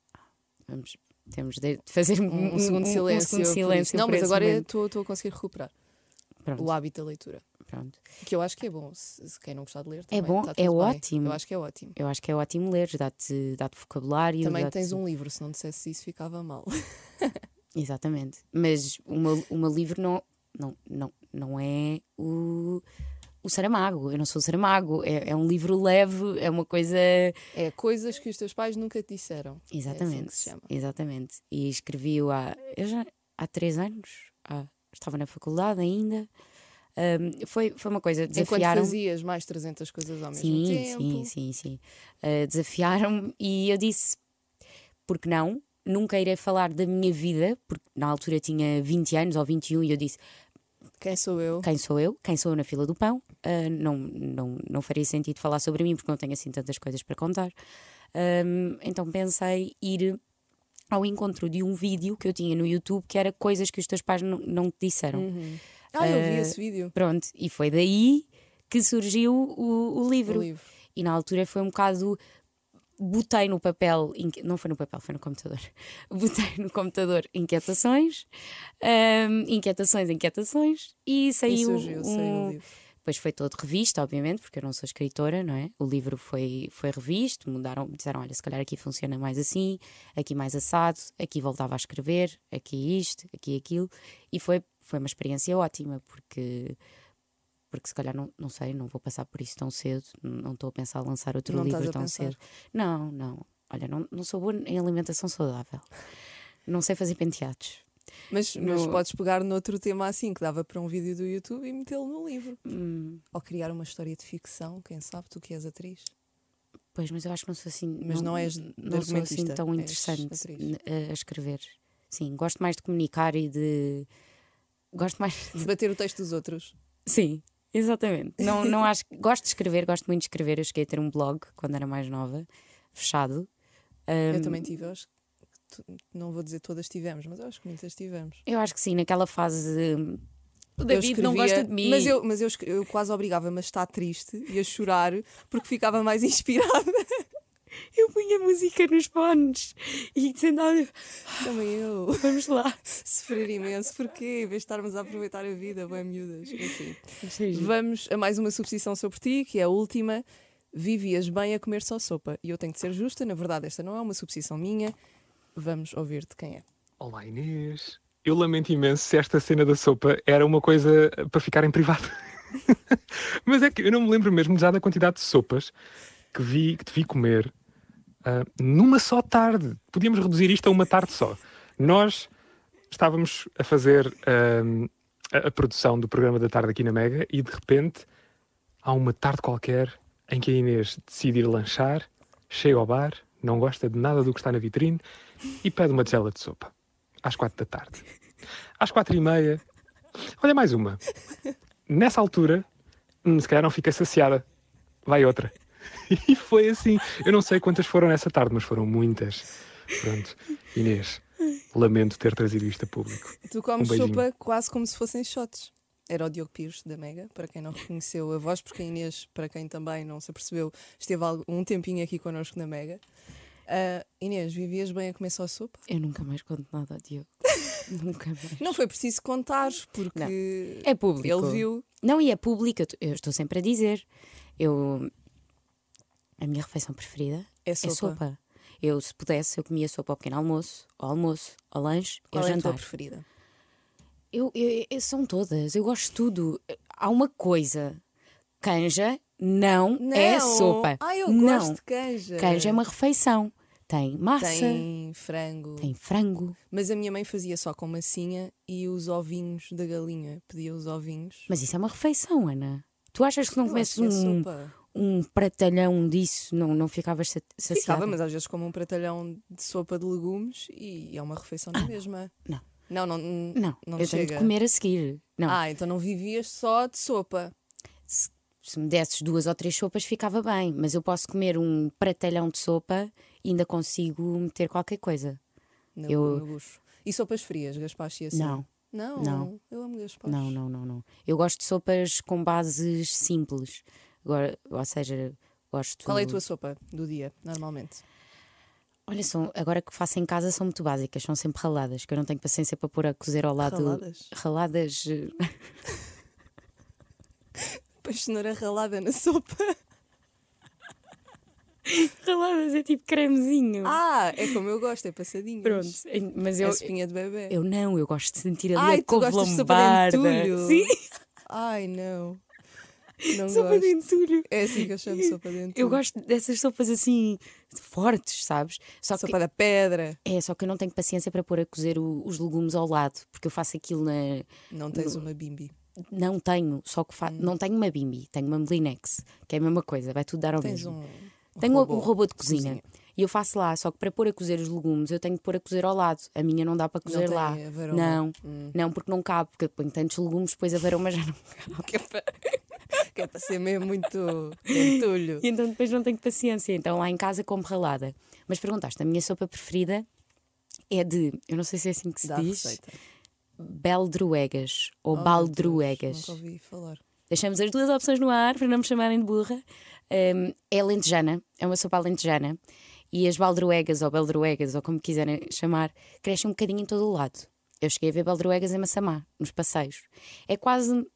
vamos, temos de fazer Um, um segundo silêncio. Um segundo por silêncio isso. Não, por mas esse agora momento. estou estou a conseguir recuperar Pronto, o hábito da leitura. pronto. Que eu acho que é bom. Se, se quem não gostar de ler também, bom, está é tudo bem. ótimo. Eu acho que é ótimo. Eu acho que é ótimo ler, dá-te dá vocabulário. Também dá-te- tens um livro, se não dissesse isso ficava mal. Exatamente. Mas o meu, o meu livro não, não, não, não é o, o Saramago. Eu não sou o Saramago. É, é um livro leve, é uma coisa. É coisas que os teus pais nunca te disseram. Exatamente. É assim que se chama. Exatamente. E escrevi-o há. Eu já, há três anos. Há, estava na faculdade ainda. Um, foi, foi uma coisa. Enquanto Desafiaram. fazias mais trezentas coisas ao mesmo Sim, tempo. sim, sim, sim. Uh, desafiaram-me e eu disse: porque não? Nunca irei falar da minha vida, porque na altura tinha vinte anos ou vinte e um, e eu disse: Quem sou eu? quem sou eu? Quem sou eu na fila do pão? Uh, não, não, não faria sentido falar sobre mim, porque não tenho assim tantas coisas para contar. Um, então pensei ir ao encontro de um vídeo que eu tinha no YouTube que era coisas que os teus pais não, não te disseram. Uhum. Ah, eu vi Uh, esse vídeo. Pronto, e foi daí que surgiu o, o livro. O livro. E na altura foi um bocado. Botei no papel, inque- não foi no papel, foi no computador. Botei no computador inquietações, hum, inquietações, inquietações, e E saiu. surgiu, um... saiu o livro. Depois foi todo revisto, obviamente, porque eu não sou escritora, não é? O livro foi, foi revisto, mudaram, disseram: olha, se calhar aqui funciona mais assim, aqui mais assado, aqui voltava a escrever, aqui isto, aqui aquilo, e foi, foi uma experiência ótima, porque. Porque se calhar, não, não sei, não vou passar por isso tão cedo, não estou a pensar em lançar outro Não livro estás a tão pensar? cedo. Não, não. Olha, não, não sou boa em alimentação saudável. Não sei fazer penteados. Mas, mas No- podes pegar noutro tema assim, que dava para um vídeo do YouTube e metê-lo no livro. Hum, Ou criar uma história de ficção, quem sabe, tu que és atriz. pois, mas eu acho que não sou assim. Mas não és não sou assim argumentista, tão és interessante atriz. n- a, a escrever. Sim, gosto mais de comunicar e de. Gosto mais. Debater o texto dos outros. Sim, exatamente. Não, não acho. Gosto de escrever, gosto muito de escrever. Eu cheguei a ter um blog quando era mais nova, fechado. Eu Hum, também tive, eu acho que tu- não vou dizer todas tivemos, mas eu acho que muitas tivemos. Eu acho que sim, naquela fase. hum, O Eu David não escrevia- gosta de mim. Mas eu, mas eu, escre- eu quase obrigava-me a estar triste e a chorar porque ficava mais inspirada. Eu punha música nos fones e dizendo: olha, Também eu. vamos lá. Sofrer imenso. Porquê? Em vez de estarmos a aproveitar a vida, bem miúdas. Enfim. Achei giro. Vamos a mais uma substituição sobre ti, que é a última. Vivias bem a comer só sopa. E eu tenho de ser justa, na verdade, esta não é uma substituição minha. Vamos ouvir de quem é. Olá, Inês. Eu lamento imenso se esta cena da sopa era uma coisa para ficar em privado. Mas é que eu não me lembro mesmo já da quantidade de sopas que, vi, que te vi comer ah, numa só tarde. Podíamos reduzir isto a uma tarde só. Nós estávamos a fazer ah, a, a produção do programa da tarde aqui na Mega e de repente há uma tarde qualquer em que a Inês decide ir lanchar, chega ao bar, não gosta de nada do que está na vitrine e pede uma tigela de sopa. Às quatro da tarde. Às quatro e meia, olha mais uma. Nessa altura, hum, se calhar não fica saciada. Vai outra. E foi assim. Eu não sei quantas foram nessa tarde, mas foram muitas. Pronto. Inês, lamento ter trazido isto a público. Tu comes Um beijinho. sopa quase como se fossem shots. Era o Diogo Pires, da Mega, para quem não reconheceu a voz, porque a Inês, para quem também não se apercebeu, esteve algo- um tempinho aqui connosco na Mega. Ah, Inês, vivias bem a comer só sopa? Eu nunca mais conto nada ao Diogo. Nunca mais. Não foi preciso contar, porque É público. ele viu. Não, e é público. Eu t- Eu estou sempre a dizer. Eu. A minha refeição preferida É é sopa. sopa. Eu, se pudesse, eu comia sopa ao pequeno almoço, ao almoço, ao lanche e Qual ao é a tua jantar. preferida? Eu, eu- eu- são todas, eu gosto de tudo. Há uma coisa, canja não, Não. é sopa. Ah, eu não. gosto de canja. Canja é uma refeição. Tem massa, tem, Tem frango. frango. Mas a minha mãe fazia só com massinha e os ovinhos da galinha. Pedia os ovinhos. Mas isso é uma refeição, Ana. Tu achas que não Eu comeces acho que é um, sopa. um pratalhão disso, não, não ficavas sa- saciada? Ficava, mas às vezes como um pratalhão de sopa de legumes e é uma refeição na mesma. não. Não, não, Não, não eu chega. tenho de comer a seguir. Não. Ah, então não vivias só de sopa. Se, se me desses duas ou três sopas ficava bem, mas eu posso comer um pratalhão de sopa e ainda consigo meter qualquer coisa. No, Eu- no bucho. E sopas frias, gaspacho e assim? Não. Não, Não. eu amo gaspacho. Não, não, não, não. Eu gosto de sopas com bases simples. Agora, ou seja, gosto. Qual é a tua sopa do dia, normalmente? Olha, são, agora que faço em casa são muito básicas, são sempre raladas, que eu não tenho paciência para pôr a cozer ao lado. Raladas? Raladas. eh, Depois cenoura ralada na sopa. Raladas é tipo cremezinho. Ah, é como eu gosto, é passadinho. Pronto, em- mas eu, É espinha de bebê. eu não, eu gosto de sentir ali Ai, a tu couve gostas de sopa de lombarda. entulho? Sim, Ai, não. Não sopa gosto. de entulho. É assim que eu chamo sopa de entulho. Eu gosto dessas sopas assim fortes, sabes? Só que, Sopa da pedra. é, só que eu não tenho paciência para pôr a cozer o- os legumes ao lado, porque eu faço aquilo na. Não tens uma bimbi. Não tenho, só que fa... não tenho uma bimbi, tenho uma Melinex, que é a mesma coisa, vai tudo dar ao Tens mesmo. um, um Tenho robô um robô de cozinha. E eu faço lá, só que para pôr a cozer os legumes eu tenho que pôr a cozer ao lado. A minha não dá para Não cozer tem lá. a varoma. Não, Hum. não, porque não cabe, porque eu ponho tantos legumes, depois a varoma já não cabe. Que é para, que é para ser mesmo muito entulho. E então depois não tenho paciência. Então lá em casa como ralada. Mas perguntaste, a minha sopa preferida é de, eu não sei se é assim que se Dá a diz, receita. beldroegas ou Oh, meu baldroegas. Deus, nunca ouvi falar. Deixamos as duas opções no ar para não me chamarem de burra. Um, é alentejana, é uma sopa alentejana. E as baldroegas ou beldroegas, ou como quiserem chamar, crescem um bocadinho em todo o lado. Eu cheguei a ver beldroegas em Massamá, nos passeios. É quase.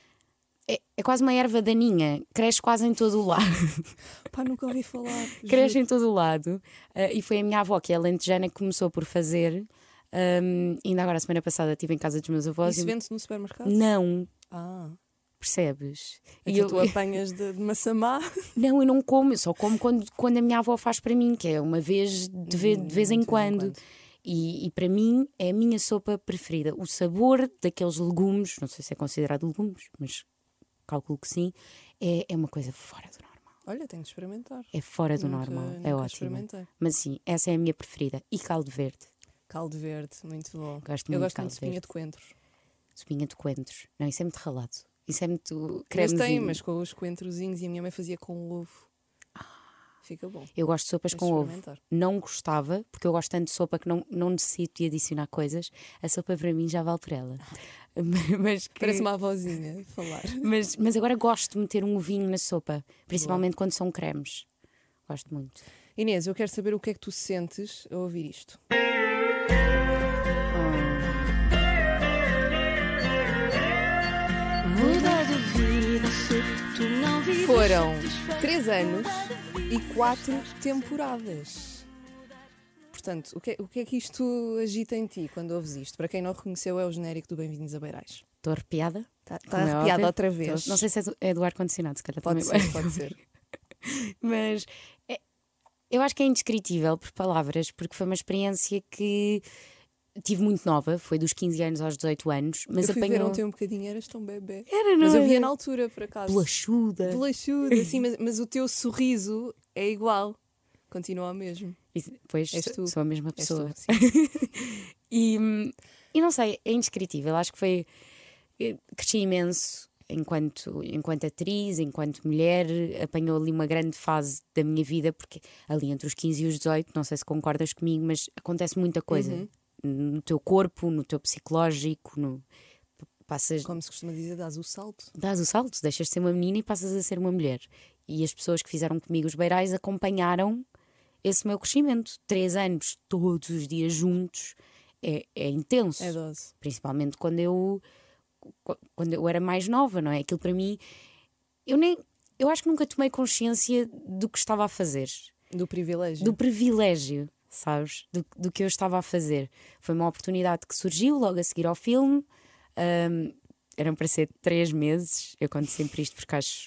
É, é quase uma erva daninha, cresce quase em todo o lado. Pá, nunca ouvi falar. Cresce em todo o lado. Uh, e foi a minha avó, que é alentejana, que começou por fazer. Um, ainda agora, a semana passada, estive em casa dos meus avós. Isso e- vende-se no supermercado? Não, Ah, percebes? é E que eu- tu apanhas de, de Massamá. Não, eu não como, eu só como quando, quando a minha avó faz para mim, que é uma vez de, ve- de vez em quando. E, e para mim é a minha sopa preferida. O sabor daqueles legumes, não sei se é considerado legumes, mas calculo que sim, é, é uma coisa fora do normal. Olha, tenho de experimentar. É fora do Nunca- normal, nunca é ótimo. experimentei. Mas sim, essa é a minha preferida. E caldo verde. Caldo verde, muito bom. Gosto Eu muito gosto de caldo muito de espinha verde. de coentros. Espinha de coentros. Não, isso é muito ralado. Isso é muito Mas cremezinho. tem, mas com os coentrozinhos e a minha mãe fazia com ovo. Fica bom. Eu gosto de sopas Tens com de ovo. experimentar. Não gostava, porque eu gosto tanto de sopa que não, não necessito de adicionar coisas. A sopa para mim já vale por ela. Mas, que- Parece uma avózinha falar. mas, mas agora gosto de meter um ovinho na sopa, principalmente quando são cremes. Gosto muito. Inês, eu quero saber o que é que tu sentes a ouvir isto. Muda de vida se tu não vives. Foram três anos e quatro temporadas. Portanto, o que, é- o que é que isto agita em ti quando ouves isto? Para quem não reconheceu, é o genérico do Bem-vindos a Beirais. Estou arrepiada. Está Como é arrepiada óbvio. outra vez. Não sei se é do, é do ar-condicionado, se calhar Pode também ser, vai. pode ser. Mas é- eu acho que é indescritível por palavras, porque foi uma experiência que tive muito nova, foi dos quinze anos aos dezoito anos, mas eu fui ver apanhou. ontem um bocadinho, eras tão bebê. Era, não Mas eu era? via na altura, por acaso. Bolachuda. Bolachuda, assim, mas, mas o teu sorriso é igual. Continua o mesmo. E, Pois És sou, tu. sou a mesma És pessoa. tu, sim. E, hum, e não sei, é indescritível. Acho que foi. eh, Cresci imenso enquanto, enquanto atriz, enquanto mulher. Apanhou ali uma grande fase da minha vida, porque ali entre os quinze e os dezoito, não sei se concordas comigo, mas acontece muita coisa Uhum. no teu corpo, no teu psicológico. No, passas, Como se costuma dizer, dás o salto. dás o salto, deixas de ser uma menina e passas a ser uma mulher. E as pessoas que fizeram comigo os beirais acompanharam esse meu crescimento. Três anos, todos os dias juntos, é, é intenso. É dose. Principalmente quando eu, qu- quando eu era mais nova, não é? Aquilo para mim, eu nem, eu acho que nunca tomei consciência do que estava a fazer, Do privilégio. do privilégio, sabes? Do, do que eu estava a fazer. Foi uma oportunidade que surgiu logo a seguir ao filme. Ahm, eram para ser três meses. Eu conto sempre isto porque acho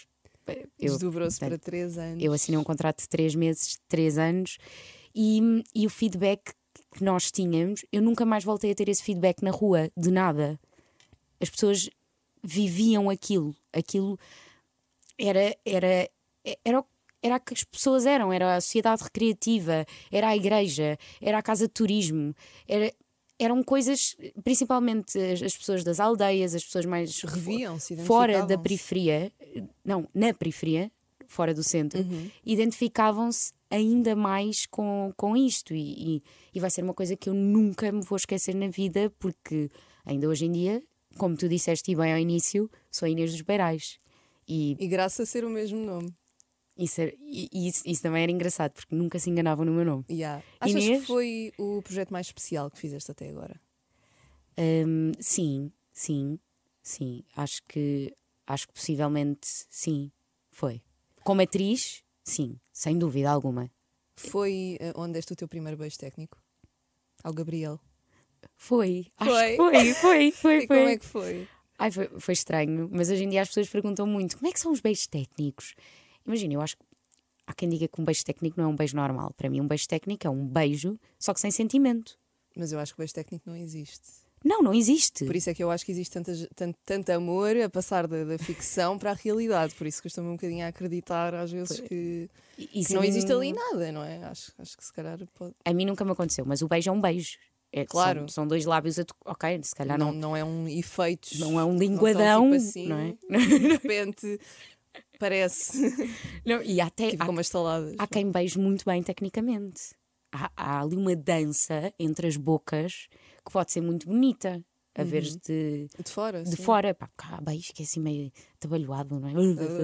Eu, Desdobrou-se portanto, para três anos. eu assinei um contrato de três meses, três anos, e, e o feedback que nós tínhamos, eu nunca mais voltei a ter esse feedback na rua, de nada. As pessoas viviam aquilo, aquilo era, era, era, o- era o que as pessoas eram, era a sociedade recreativa, era a igreja, era a casa de turismo, era, eram coisas, principalmente as, as pessoas das aldeias, as pessoas mais Reviam-se, fora da identificavam-se. periferia, não, na periferia, fora do centro, Uhum. identificavam-se ainda mais com, com isto. E, e, e vai ser uma coisa que eu nunca me vou esquecer na vida, porque ainda hoje em dia, como tu disseste e bem ao início, sou a Inês dos Beirais. E E graças a ser o mesmo nome. isso, era- e- e isso, isso também era engraçado, porque nunca se enganavam no meu nome. Yeah. Achas Inês? que foi o projeto mais especial que fizeste até agora? Hum, sim, sim, sim. Acho que, acho que possivelmente sim, foi. Como atriz, sim, sem dúvida alguma. Foi eh, onde deste o teu primeiro beijo técnico? Ao Gabriel. Foi, acho Foi? que foi, foi, foi. E foi. como é que foi? Ai, foi, foi estranho, mas hoje em dia as pessoas perguntam muito como é que são os beijos técnicos. Imagina, eu acho que há quem diga que um beijo técnico não é um beijo normal. Para mim, um beijo técnico é um beijo, só que sem sentimento. Mas eu acho que o beijo técnico não existe. Não, não existe. Por isso é que eu acho que existe tanta, tanto, tanto amor a passar da, da ficção para a realidade. Por isso custa-me um bocadinho a acreditar às vezes que, E- que isso a não mim- existe ali nada, não é? Acho, acho que se calhar pode. A mim nunca me aconteceu, mas o beijo é um beijo. É, Claro. São, são dois lábios a to... Ok, se calhar Não, não, não é um efeitos. não é um não linguadão, tão tipo assim, não é? De repente parece Não, e até tipo há, com umas taladas. há quem beije muito bem tecnicamente. Há, há ali uma dança entre as bocas que pode ser muito bonita. A Uhum. veres de, De fora. de sim. fora. Pá, porque há beijo que é assim meio atabalhoado, não é?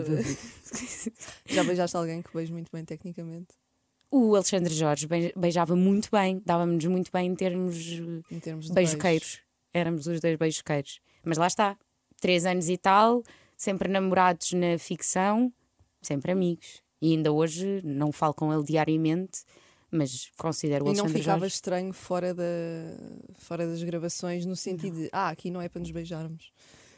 Já beijaste alguém que beija muito bem tecnicamente? O Alexandre Jorge bei- beijava muito bem, dava-nos muito bem em termos eh, Em termos de beijoqueiros. Éramos os dois beijoqueiros. Mas lá está, três anos e tal, sempre namorados na ficção, sempre amigos. E ainda hoje não falo com ele diariamente, mas considero o E não Alexandre ficava Jorge. estranho fora, da, fora das gravações, no sentido de ah, aqui não é para nos beijarmos.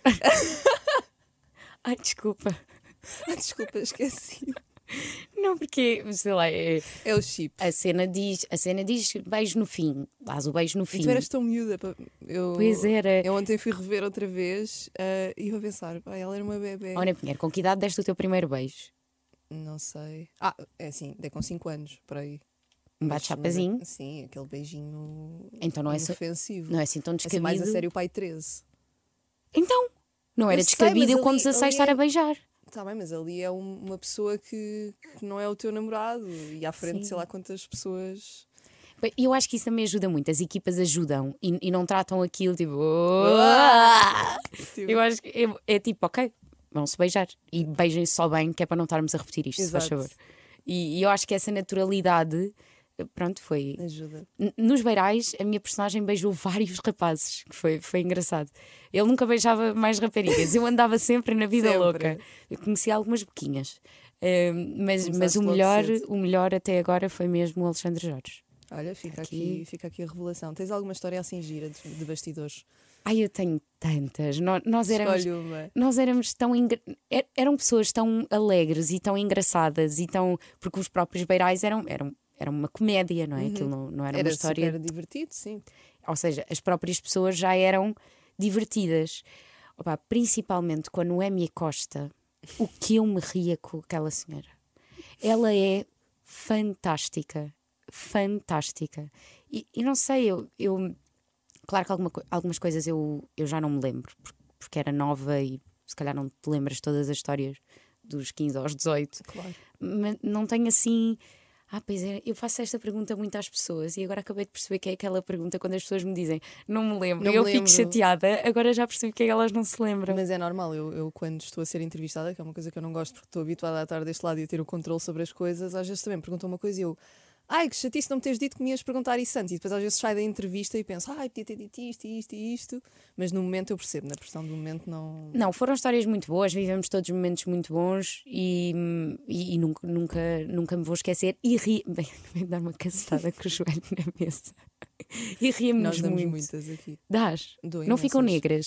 Ai, desculpa. Ah, desculpa, esqueci. Não, porque, sei lá, é- É o chip. a cena diz, a cena diz beijo no fim. Dás o beijo no E fim. tu eras tão miúda. pá. Eu, Pois era. eu ontem fui rever outra vez ah, e eu a pensar, pá, ela era uma bebê. Olha, Pinheiro, com que idade deste o teu primeiro beijo? Não sei. Ah, é assim, dei com cinco anos, por aí. Um Mas- bate-chapazinho? mas, Sim, aquele beijinho Então não é so- inofensivo. Não é assim tão Assim, descabido. mais a sério, o pai treze. Então, não era Eu sei, descabido mas eu com ali- dezasseis ali estar é- a beijar. Está bem, mas ali é um- uma pessoa que, que não é o teu namorado e à frente, Sim. sei lá quantas pessoas. Bem, eu acho que isso também ajuda muito. As equipas ajudam e, e não tratam aquilo tipo. Tipo, Eu acho que é, é tipo, ok, vão-se beijar e beijem-se só bem, que é para não estarmos a repetir isto, se faz Exato. favor. E, e eu acho que essa naturalidade, pronto, foi. Ajuda. N- Nos Beirais, a minha personagem beijou vários rapazes, que foi, foi engraçado. Ele nunca beijava mais raparigas, eu andava sempre na vida Sempre. louca. Eu conheci algumas boquinhas. Eh, mas, Começaste mas o logo melhor, cedo. o melhor até agora foi mesmo o Alexandre Jorge. Olha, fica aqui. Aqui. fica aqui a revelação. Tens alguma história assim gira de, de bastidores? Ai, eu tenho tantas. Nó- Nós éramos, Escolhe uma. nós éramos tão. engra- er- Eram pessoas tão alegres e tão engraçadas e tão. Porque os próprios Beirais eram, eram, eram uma comédia, não é? Aquilo não, não era, Era uma história. super divertido, sim. Ou seja, as próprias pessoas já eram divertidas. Opa, principalmente com a Noémia Costa, o que eu me ria com aquela senhora. Ela é fantástica, fantástica. E, e não sei, eu, eu claro que alguma co- algumas coisas eu, eu já não me lembro, por- porque era nova e se calhar não te lembras todas as histórias dos quinze aos dezoito. Claro. Mas não tenho assim. Ah, pois é, eu faço esta pergunta muito às pessoas e agora acabei de perceber que é aquela pergunta quando as pessoas me dizem não me lembro, Não e eu me fico lembro. chateada, agora já percebi que é que elas não se lembram. Mas é normal, eu, eu quando estou a ser entrevistada, que é uma coisa que eu não gosto porque estou habituada a estar deste lado e a ter o controle sobre as coisas, às vezes também me perguntam uma coisa e eu, ai, que chatice não me teres dito que me ias perguntar isso antes. E depois às vezes saio da entrevista e penso, ai, podia ter dito isto, isto e isto. Mas no momento eu percebo, na pressão do momento não. Não, foram histórias muito boas, vivemos todos momentos muito bons e, e, e nunca, nunca, nunca me vou esquecer. E ri. Bem, acabei de dar uma cacetada com o joelho na mesa. E Nós rimos damos muito. muitas aqui. Dás? Dou Não ficam imensas. negras.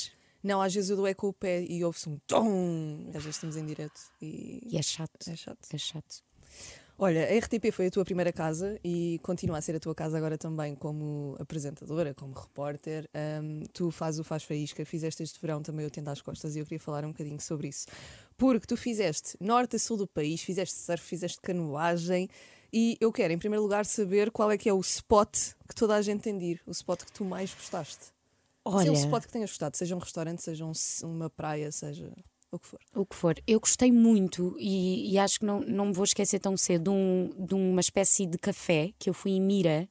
Não, às vezes eu dou é com o pé e ouve-se um tom. Às vezes estamos em direto e, E é chato. é chato. É chato. Olha, a R T P foi a tua primeira casa e continua a ser a tua casa agora também como apresentadora, como repórter. Um, tu fazes o Faz Faísca, fizeste este verão também o Tenda às Costas e eu queria falar um bocadinho sobre isso. Porque tu fizeste norte a sul do país, fizeste surf, fizeste canoagem e eu quero, em primeiro lugar, saber qual é que é o spot que toda a gente tem de ir, o spot que tu mais gostaste. Olha, Se é um spot que tenhas gostado, seja um restaurante, seja um, uma praia, seja o que for. o que for. Eu gostei muito e, e acho que não, não me vou esquecer tão cedo de, um, de uma espécie de café que eu fui em Mira.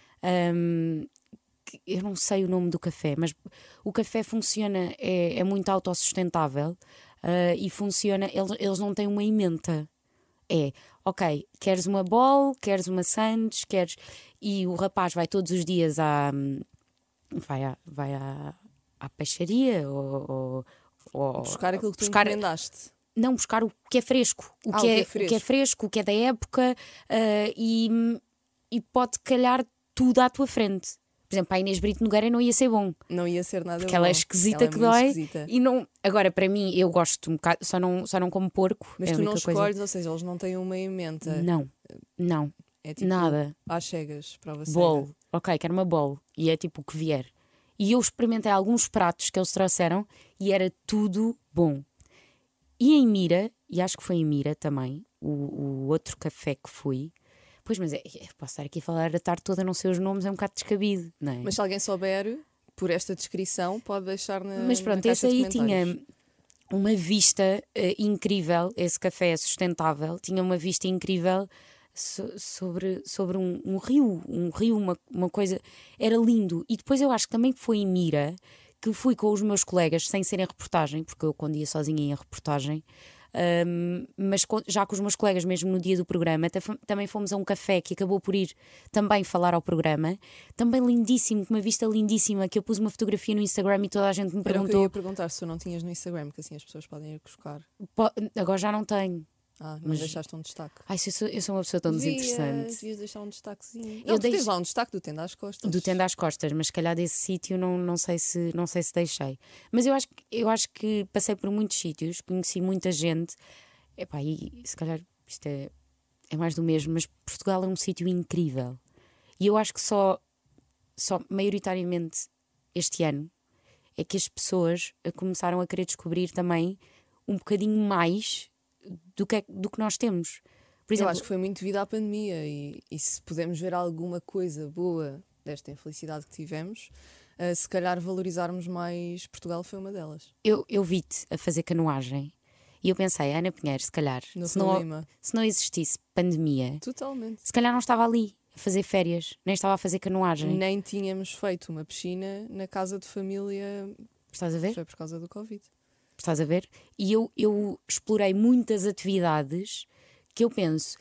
Um, que eu não sei o nome do café, mas o café funciona, é, é muito autossustentável uh, e funciona, eles, eles não têm uma ementa. É, ok, queres uma bowl, queres uma sandes, queres... E o rapaz vai todos os dias à... Vai à, vai à, à peixaria ou... ou ou Buscar aquilo que tu buscar- encomendaste. Não, buscar o que é fresco. O, Ah, que, é, o que é fresco, o que é da época uh, e, e pode calhar tudo à tua frente. Por exemplo, a Inês Brito Nogueira não ia ser bom. Não ia ser nada Porque bom. ela é esquisita Ela é que muito dói. esquisita. E não, agora, para mim, eu gosto um bocado, só não, só não como porco. Mas é a tu não única coisa. escolhes, ou seja, eles não têm uma emenda. Não, não, É tipo nada. às cegas, prova cega. Bolo, ok, quero uma bolo. E é tipo o que vier. E eu experimentei alguns pratos que eles trouxeram e era tudo bom. E em Mira, e acho que foi em Mira também, o, o outro café que fui. Pois, mas é, é, posso estar aqui a falar a tarde toda, não sei os nomes, é um bocado descabido, não é? Mas se alguém souber, por esta descrição, pode deixar na Mas pronto, na esse caixa de aí tinha comentários. uma vista eh, incrível, esse café é sustentável, tinha uma vista incrível so- sobre, sobre um, um rio, um rio, uma, uma coisa, era lindo. E depois eu acho que também foi em Mira, que fui com os meus colegas, sem ser em reportagem, porque eu quando ia sozinha ia em reportagem, um, mas co- já com os meus colegas, mesmo no dia do programa, ta- também fomos a um café que acabou por ir também falar ao programa, também lindíssimo, com uma vista lindíssima, que eu pus uma fotografia no Instagram e toda a gente me Era o que eu perguntou, ia perguntar se tu não tinhas no Instagram, que assim as pessoas podem ir buscar. "Po- agora já não tenho. Ah, não Mas- deixaste um destaque. Ai, se eu, sou, eu sou uma pessoa tão Devias, desinteressante. devias deixar um destaquezinho. Eu Não, tu deixo- tens lá um destaque do Tenda às Costas. Do Tenda às Costas, mas se calhar desse sítio não, não, sei se, não sei se deixei. Mas eu acho, que- eu acho que passei por muitos sítios, conheci muita gente. Epá, e se calhar isto é, é mais do mesmo, mas Portugal é um sítio incrível. E eu acho que só, só maioritariamente este ano é que as pessoas eh, começaram a querer descobrir também um bocadinho mais do que, é- do que nós temos. Por Eu exemplo, acho que foi muito devido à pandemia e, e se pudermos ver alguma coisa boa desta infelicidade que tivemos, eh, se calhar valorizarmos mais Portugal foi uma delas. eu, eu vi-te a fazer canoagem e eu pensei, Ana Pinheiro, se calhar, No se não, Lima. se não existisse pandemia, Totalmente. se calhar não estava ali a fazer férias, nem estava a fazer canoagem. Nem tínhamos feito uma piscina na casa de família, Estás a ver? foi por causa do Covid. Estás a ver? E eu, eu explorei muitas atividades que eu penso,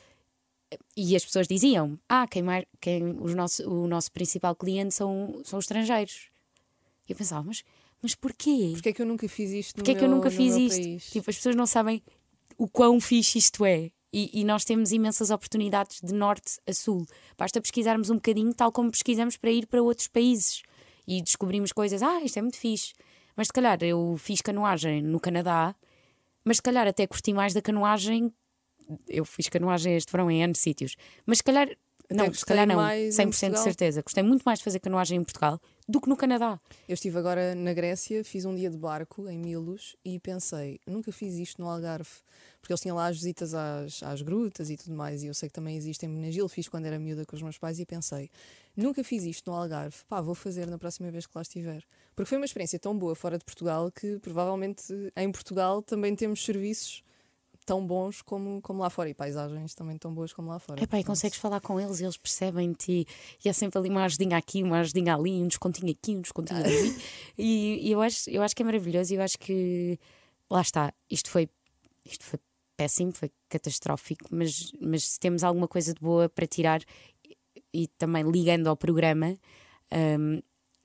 e as pessoas diziam, ah, quem mais, quem, os nosso, o nosso principal cliente são, são os estrangeiros. E eu pensava, mas, mas porquê? Porquê é que eu nunca fiz isto no Porquê é que eu meu- nunca no fiz meu isto? país? Tipo, as pessoas não sabem o quão fixe isto é. E, e nós temos imensas oportunidades de norte a sul. Basta pesquisarmos um bocadinho, tal como pesquisamos para ir para outros países. E descobrimos coisas, ah, isto é muito fixe. Mas se calhar eu fiz canoagem no Canadá, mas se calhar até curti mais da canoagem. Eu fiz canoagem este verão em N sítios. Mas se calhar, não, se gostei calhar não, mais em cem por cento de Portugal. certeza. Gostei muito mais de fazer canoagem em Portugal do que no Canadá. Eu estive agora na Grécia, fiz um dia de barco em Milos e pensei, nunca fiz isto no Algarve, porque eles tinham lá as visitas às, às grutas e tudo mais, e eu sei que também existem em Menagil, fiz quando era miúda com os meus pais e pensei, nunca fiz isto no Algarve, pá, vou fazer na próxima vez que lá estiver. Porque foi uma experiência tão boa fora de Portugal que provavelmente em Portugal também temos serviços tão bons como, como lá fora e paisagens também tão boas como lá fora. Epá, e Portanto, consegues falar com eles, eles percebem-te e há sempre ali uma ajudinha aqui, uma ajudinha ali, um descontinho aqui, um descontinho ali. E, e eu, acho, eu acho que é maravilhoso e eu acho que lá está, isto foi, isto foi péssimo, foi catastrófico, mas, mas se temos alguma coisa de boa para tirar e, e também ligando ao programa, hum,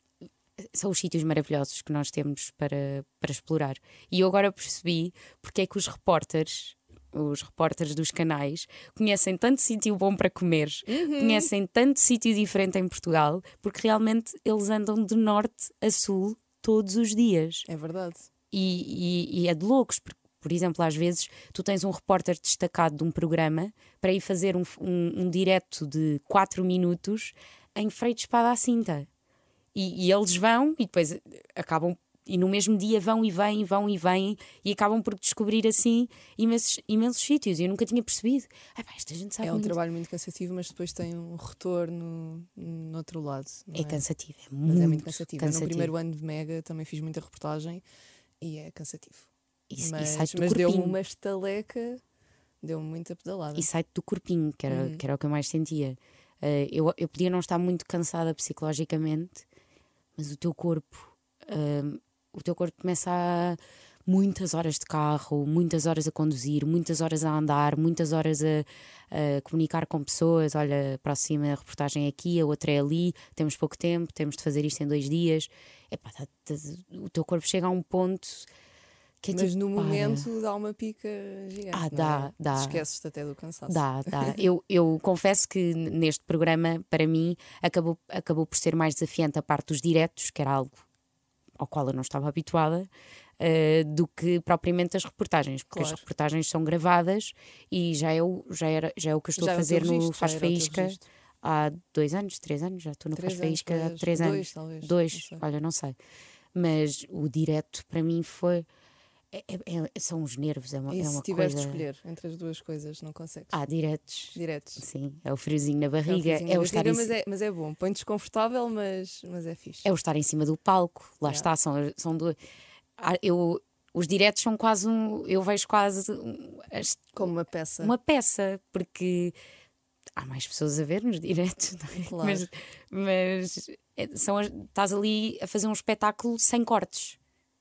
são os sítios maravilhosos que nós temos para, para explorar. E eu agora percebi porque é que os repórteres, os repórteres dos canais, conhecem tanto sítio bom para comer, conhecem tanto sítio diferente em Portugal, porque realmente eles andam de norte a sul todos os dias. É verdade. E, e, e é de loucos, porque, por exemplo, às vezes tu tens um repórter destacado de um programa para ir fazer um, um, um direto de quatro minutos em freio de espada à cinta. E, e eles vão e depois acabam, e no mesmo dia vão e vêm, vão e vêm, e acabam por descobrir assim imensos, imensos sítios. E eu nunca tinha percebido. Ai, pá, esta gente sabe É um muito. trabalho muito cansativo, mas depois tem um retorno no outro lado. Não É cansativo, é Mas muito, é muito cansativo. Eu, cansativo. no primeiro ano de Mega também fiz muita reportagem e é cansativo. E, e Mas, sai-te do mas deu-me corpinho. uma estaleca, deu-me muita pedalada. E sai-te do corpinho, que era, Uhum. que era o que eu mais sentia. Uh, eu, eu podia não estar muito cansada psicologicamente, mas o teu corpo, uh, o teu corpo começa a muitas horas de carro, muitas horas a conduzir, muitas horas a andar, muitas horas a, a comunicar com pessoas. Olha, próxima reportagem é aqui, a outra é ali, temos pouco tempo, temos de fazer isto em dois dias. Epá, tá, tá, o teu corpo chega a um ponto que é Mas tipo, no para. momento dá uma pica gigante. Ah, não dá, é? dá. Esqueces-te até do cansaço. Dá, dá. Eu, eu confesso que neste programa, para mim, acabou, acabou por ser mais desafiante a parte dos diretos, que era algo ao qual eu não estava habituada, uh, do que propriamente as reportagens, porque Claro. as reportagens são gravadas e já é o, já era, já é o que eu estou Já a é o teu fazer no registro, Faz já era o teu Faísca registro. há dois anos, três anos, já estou no Três Faz anos, Faísca há talvez. três Dois, anos. talvez, Dois, não sei. olha, não sei. Mas o direto para mim foi. É, é- é- são os nervos, é uma, E é se uma tiveres coisa. de escolher entre as duas coisas, não consegues? Ah, diretos. Diretos. Sim, é o friozinho na É o barriga, friozinho é, na o estar barriga, em, mas, ci- é, mas é bom. Põe desconfortável, mas, mas é fixe. é o estar em cima do palco. Lá Yeah. está, são, são dois. Ah, eu, os diretos são quase um. Eu vejo quase um- as- Como uma peça. uma peça, porque há mais pessoas a ver nos diretos, não é? Claro. Mas, mas é- são, as- estás ali a fazer um espetáculo sem cortes.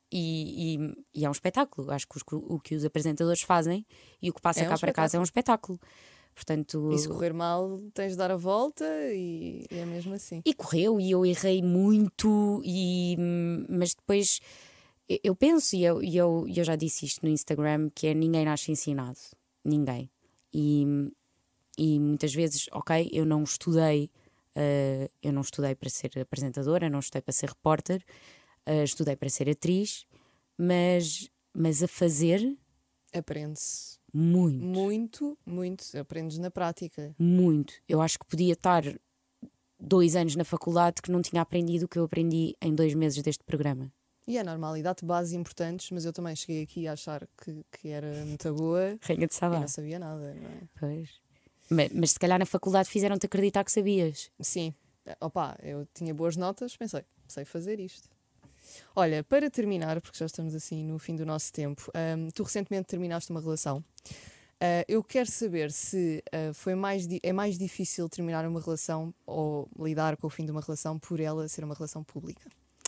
E, e- e é um espetáculo. Acho que os- o que os apresentadores fazem e o que passa É um cá para casa é um espetáculo. Portanto, E se correr mal, tens de dar a volta e, e é mesmo assim. E correu e eu errei muito, e, mas depois eu- eu penso, e eu, e eu, e eu já disse isto no Instagram, que é ninguém nasce ensinado. Ninguém. E, e muitas vezes, ok, eu não estudei, eh, eu não estudei para ser apresentadora, não estudei para ser repórter, eh, estudei para ser atriz, mas, mas a fazer Aprende-se muito. muito, muito. Aprendes na prática. Muito. Eu acho que podia estar dois anos na faculdade que não tinha aprendido o que eu aprendi em dois meses deste programa. E é normal, e dá-te bases importantes, mas eu também cheguei aqui a achar que, que era muito boa Rainha de e Sabá. não sabia nada, não é? Pois. Mas, mas se calhar na faculdade fizeram-te acreditar que sabias. Sim, opa, eu tinha boas notas, pensei, sei fazer isto. Olha, para terminar, porque já estamos assim no fim do nosso tempo, hum, tu recentemente terminaste uma relação. Ah, eu quero saber se ah, foi mais di- é mais difícil terminar uma relação ou lidar com o fim de uma relação por ela ser uma relação pública.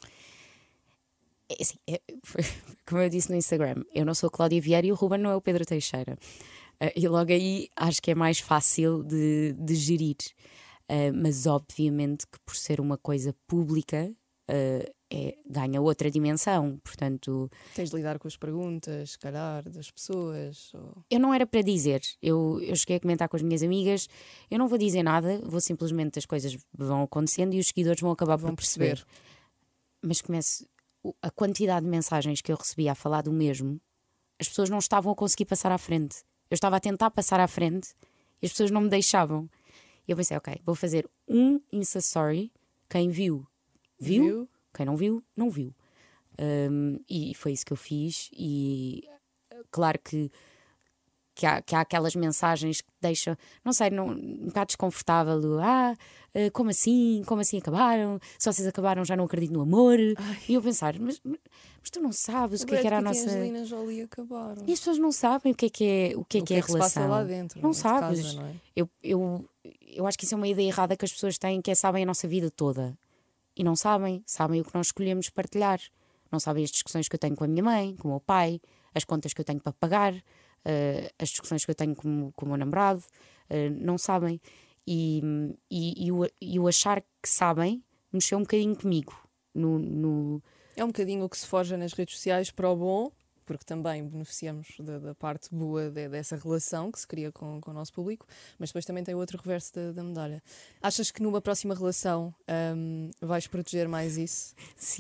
É, assim, é- foi- como eu disse no Instagram, eu não sou a Cláudia Vieira e o Ruben não é o Pedro Teixeira. Ah, e logo aí acho que é mais fácil de, de gerir. Ah, mas obviamente que por ser uma coisa pública ah, é- ganha outra dimensão. Portanto, Tens de lidar com as perguntas, se calhar, das pessoas. Ou... eu não era para dizer. Eu, eu cheguei a comentar com as minhas amigas, eu não vou dizer nada, vou simplesmente, as coisas vão acontecendo e os seguidores vão acabar Vão por perceber. perceber. Mas começo, o- a quantidade de mensagens que eu recebia a falar do mesmo, as pessoas não estavam a conseguir passar à frente. Eu estava a tentar passar à frente e as pessoas não me deixavam. E eu pensei, ok, vou fazer um Insta Story. Quem viu, viu. Viu? Quem não viu, não viu. Um, e foi isso que eu fiz. E claro que, que, há, que há aquelas mensagens que deixam, não sei, não, um bocado desconfortável. Do, ah, eh, como assim? Como assim acabaram? Se vocês acabaram, já não acredito no amor. E eu pensar, mas, mas tu não sabes o que é que era a Brad Pitt nossa. e Angelina Jolie acabaram. E as pessoas não sabem o que é que é, o que é, O que é a se relação. passa lá dentro? Não é? De sabes. casa, não é? Eu, eu, eu acho que isso é uma ideia errada que as pessoas têm, que é sabem a nossa vida toda. E não sabem. Sabem o que nós escolhemos partilhar. Não sabem as discussões que eu tenho com a minha mãe, com o meu pai, as contas que eu tenho para pagar, eh, as discussões que eu tenho com, com o meu namorado. eh, não sabem. E, e, e, o, e o achar que sabem mexeu um bocadinho comigo. No, no, É um bocadinho o que se forja nas redes sociais para o bom, porque também beneficiamos da, da parte boa de- dessa relação que se cria com, com o nosso público, mas depois também tem o outro reverso da, da medalha. Achas que numa próxima relação hum, vais proteger mais isso? sim,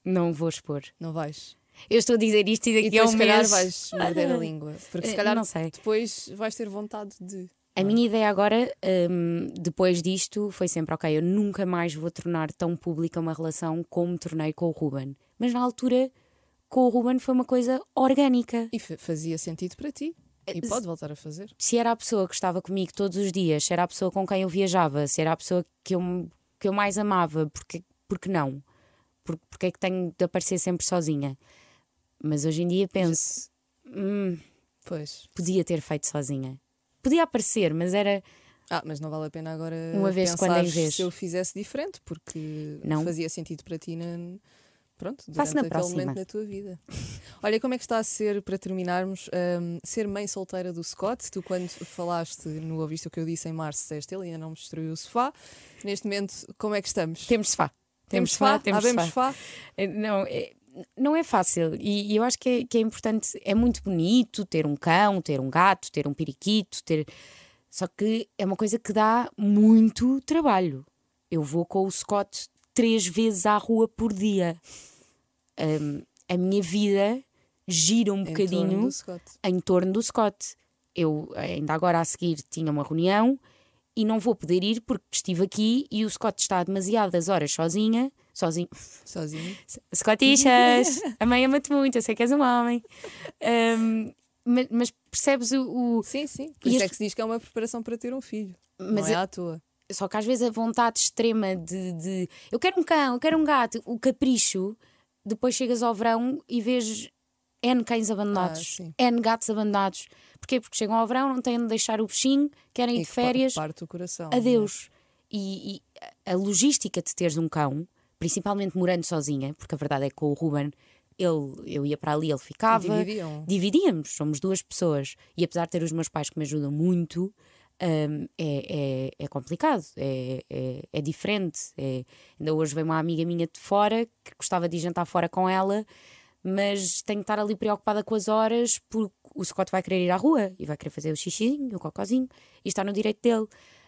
não vou expor. Não vais? Eu estou a dizer isto e E daqui a depois, um se calhar, mês... vais morder a língua. Porque, se Eh, calhar, não sei. depois vais ter vontade de. A minha ideia agora, hum, depois disto, foi sempre, ok, eu nunca mais vou tornar tão pública uma relação como me tornei com o Ruben. Mas na altura, com o Ruben foi uma coisa orgânica. E fa- fazia sentido para ti. E pode voltar a fazer. Se era a pessoa que estava comigo todos os dias, se era a pessoa com quem eu viajava, se era a pessoa que eu, que eu mais amava, porque, porque não? Por, porque é que tenho de aparecer sempre sozinha? Mas hoje em dia penso, hum, Pois. podia ter feito sozinha. Podia aparecer, mas era... Ah, mas não vale a pena agora Uma vez pensar quando em vez. se eu fizesse diferente, porque Não. fazia sentido para ti na, pronto, durante Faço na aquele próxima. momento da tua vida. Olha, como é que está a ser, para terminarmos, hum, ser mãe solteira do Scott? Tu, quando falaste no Ouviste o que eu disse em março, disseste ele ainda não me destruiu o sofá. Neste momento, como é que estamos? Temos sofá. Temos sofá? temos Havemos sofá. sofá? Eh, Não, é, não é fácil e, e eu acho que é, que é importante, é muito bonito ter um cão, ter um gato, ter um periquito, ter... Só que é uma coisa que dá muito trabalho. Eu vou com o Scott três vezes à rua por dia. Hum, a minha vida gira um Em torno bocadinho do Scott. em torno do Scott. Eu ainda agora a seguir tinha uma reunião e não vou poder ir porque estive aqui e o Scott está demasiadas horas sozinha, sozinho. Sozinho. Scottichas, a mãe ama-te muito, eu sei que és um homem. Um, mas, mas percebes o, o- Sim, sim. Por E isso este- é que se diz que é uma preparação para ter um filho. Mas não é eu- à toa. Só que às vezes a vontade extrema de, de eu quero um cão, eu quero um gato, o capricho, depois chegas ao verão e vês N cães abandonados, Ah, sim. N gatos abandonados. Porquê? Porque chegam ao verão, não têm de deixar o bichinho, querem ir E de que pa- férias, parte o coração. não é? adeus. E, e a logística de teres um cão, principalmente morando sozinha, porque a verdade é que com o Ruben, ele, eu ia para ali, ele ficava. Dividiam. Dividíamos, somos duas pessoas. E apesar de ter os meus pais que me ajudam muito, hum, é, é, é complicado, é, é, é diferente. É... Ainda hoje veio uma amiga minha de fora que gostava de ir jantar fora com ela, mas tenho de estar ali preocupada com as horas porque o Scott vai querer ir à rua e vai querer fazer o xixizinho, o cocozinho, e está no direito dele.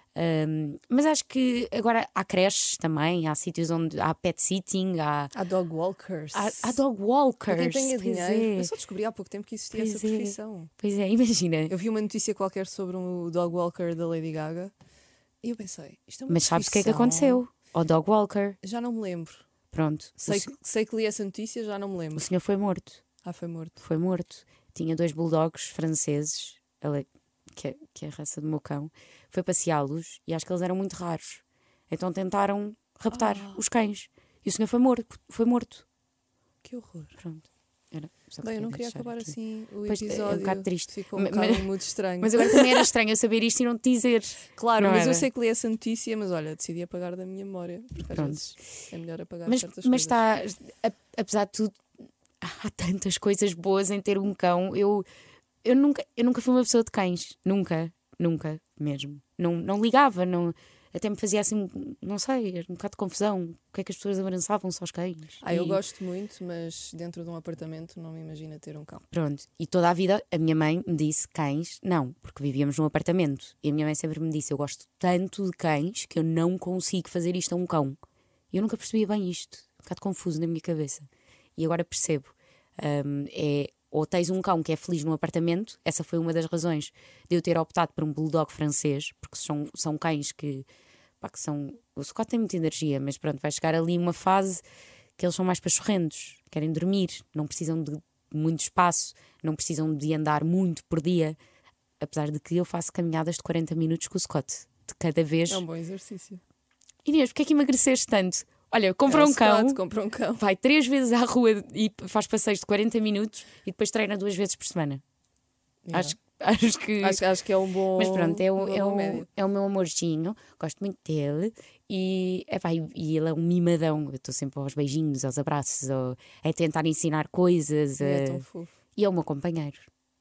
Um, mas acho que agora há creches também, há sítios onde há pet sitting, há, Há dog walkers. há, há dog Para walkers. quem tenha pois dinheiro. é. Eu só descobri há pouco tempo que existia Pois essa é. profissão. Pois é, imagina. Eu vi uma notícia qualquer sobre um dog walker da Lady Gaga e eu pensei, isto é uma Mas sabes o que é que profissão? aconteceu? Ao dog walker, Já não me lembro. pronto, Sei o, se- que, sei que li essa notícia, já não me o lembro. senhor foi morto. Ah, foi morto. Foi morto. Tinha dois bulldogs franceses, ele é- que, é, que é a raça do meu cão, foi passeá-los e acho que eles eram muito raros. Então tentaram raptar Ah. os cães. E o senhor foi morto. Foi morto. Que horror. Pronto. Era, só Bem, eu não queria queria deixar acabar aqui. assim o Pois, é um episódio. bocado triste. Ficou um Ma- bocado mas- muito estranho. Mas agora também era estranho eu saber isto e não te dizer. Claro, não mas era? eu sei que li essa notícia, mas olha, decidi apagar da minha memória. Porque às Pronto. vezes é melhor apagar Mas, certas mas coisas. está, a- apesar de tudo, há tantas coisas boas em ter um cão. Eu, eu, nunca, eu nunca fui uma pessoa de cães. Nunca, nunca mesmo. Não, não ligava, não, até me fazia assim, não sei, um bocado de confusão. O que é que as pessoas abraçavam só os cães? Ah, eu E- gosto muito, mas dentro de um apartamento não me imagina ter um cão. Pronto, e toda a vida a minha mãe me disse cães, não, porque vivíamos num apartamento. E a minha mãe sempre me disse: eu gosto tanto de cães que eu não consigo fazer isto a um cão. E eu nunca percebia bem isto, um bocado confuso na minha cabeça. E agora percebo. Hum, é, ou tens um cão que é feliz num apartamento, essa foi uma das razões de eu ter optado por um bulldog francês, porque são, são cães que, pá, que são. O Scott tem muita energia, mas pronto, vai chegar ali uma fase que eles são mais pachorrentos, querem dormir, não precisam de muito espaço, não precisam de andar muito por dia, apesar de que eu faço caminhadas de quarenta minutos com o Scott, de cada vez. É um bom exercício. Inês, porque é que emagreceste tanto? Olha, compra É o um cão, Scott, compra um cão. vai três vezes à rua e faz passeios de quarenta minutos e depois treina duas vezes por semana. Yeah. Acho, acho que. Acho, acho que é um bom. Mas pronto, é o, uma é, boa o, média. é o meu amorzinho, gosto muito dele e, epá, e, e ele é um mimadão. Eu estou sempre aos beijinhos, aos abraços, ao, a tentar ensinar coisas. E é a- tão fofo. e é o meu companheiro.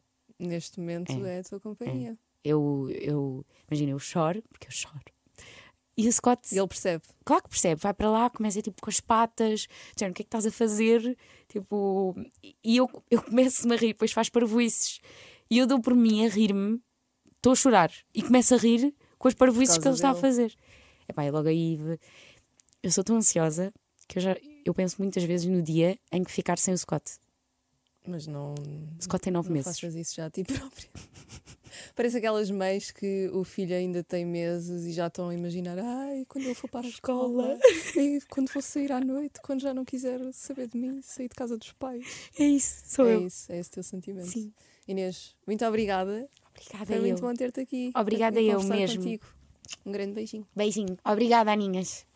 Neste momento É. é, a tua companhia. Eu, eu imagina, eu choro, porque eu choro. E o Scott, E ele percebe. claro que percebe, vai para lá, começa tipo com as patas, dizendo o que é que estás a fazer, tipo, e eu, eu começo-me a rir, depois faz parvoices. E eu dou por mim a rir-me, estou a chorar, e começo a rir com as parvoices Por que ele causa está a dele. fazer. Epá, e logo aí, eu sou tão ansiosa que eu já, eu penso muitas vezes no dia em que ficar sem o Scott. Mas não. O Scott tem nove não meses. faças isso já a ti própria. Parece aquelas mães que o filho ainda tem meses e já estão a imaginar: ai, quando ele for para a escola, e quando for sair à noite, quando já não quiser saber de mim, sair de casa dos pais. É isso, sou é eu. isso, é esse teu sentimento. Sim. Inês, muito obrigada. Obrigada Foi eu. muito bom ter-te aqui. Obrigada a eu conversar mesmo. Contigo. Um grande beijinho. Beijinho. Obrigada, Aninhas.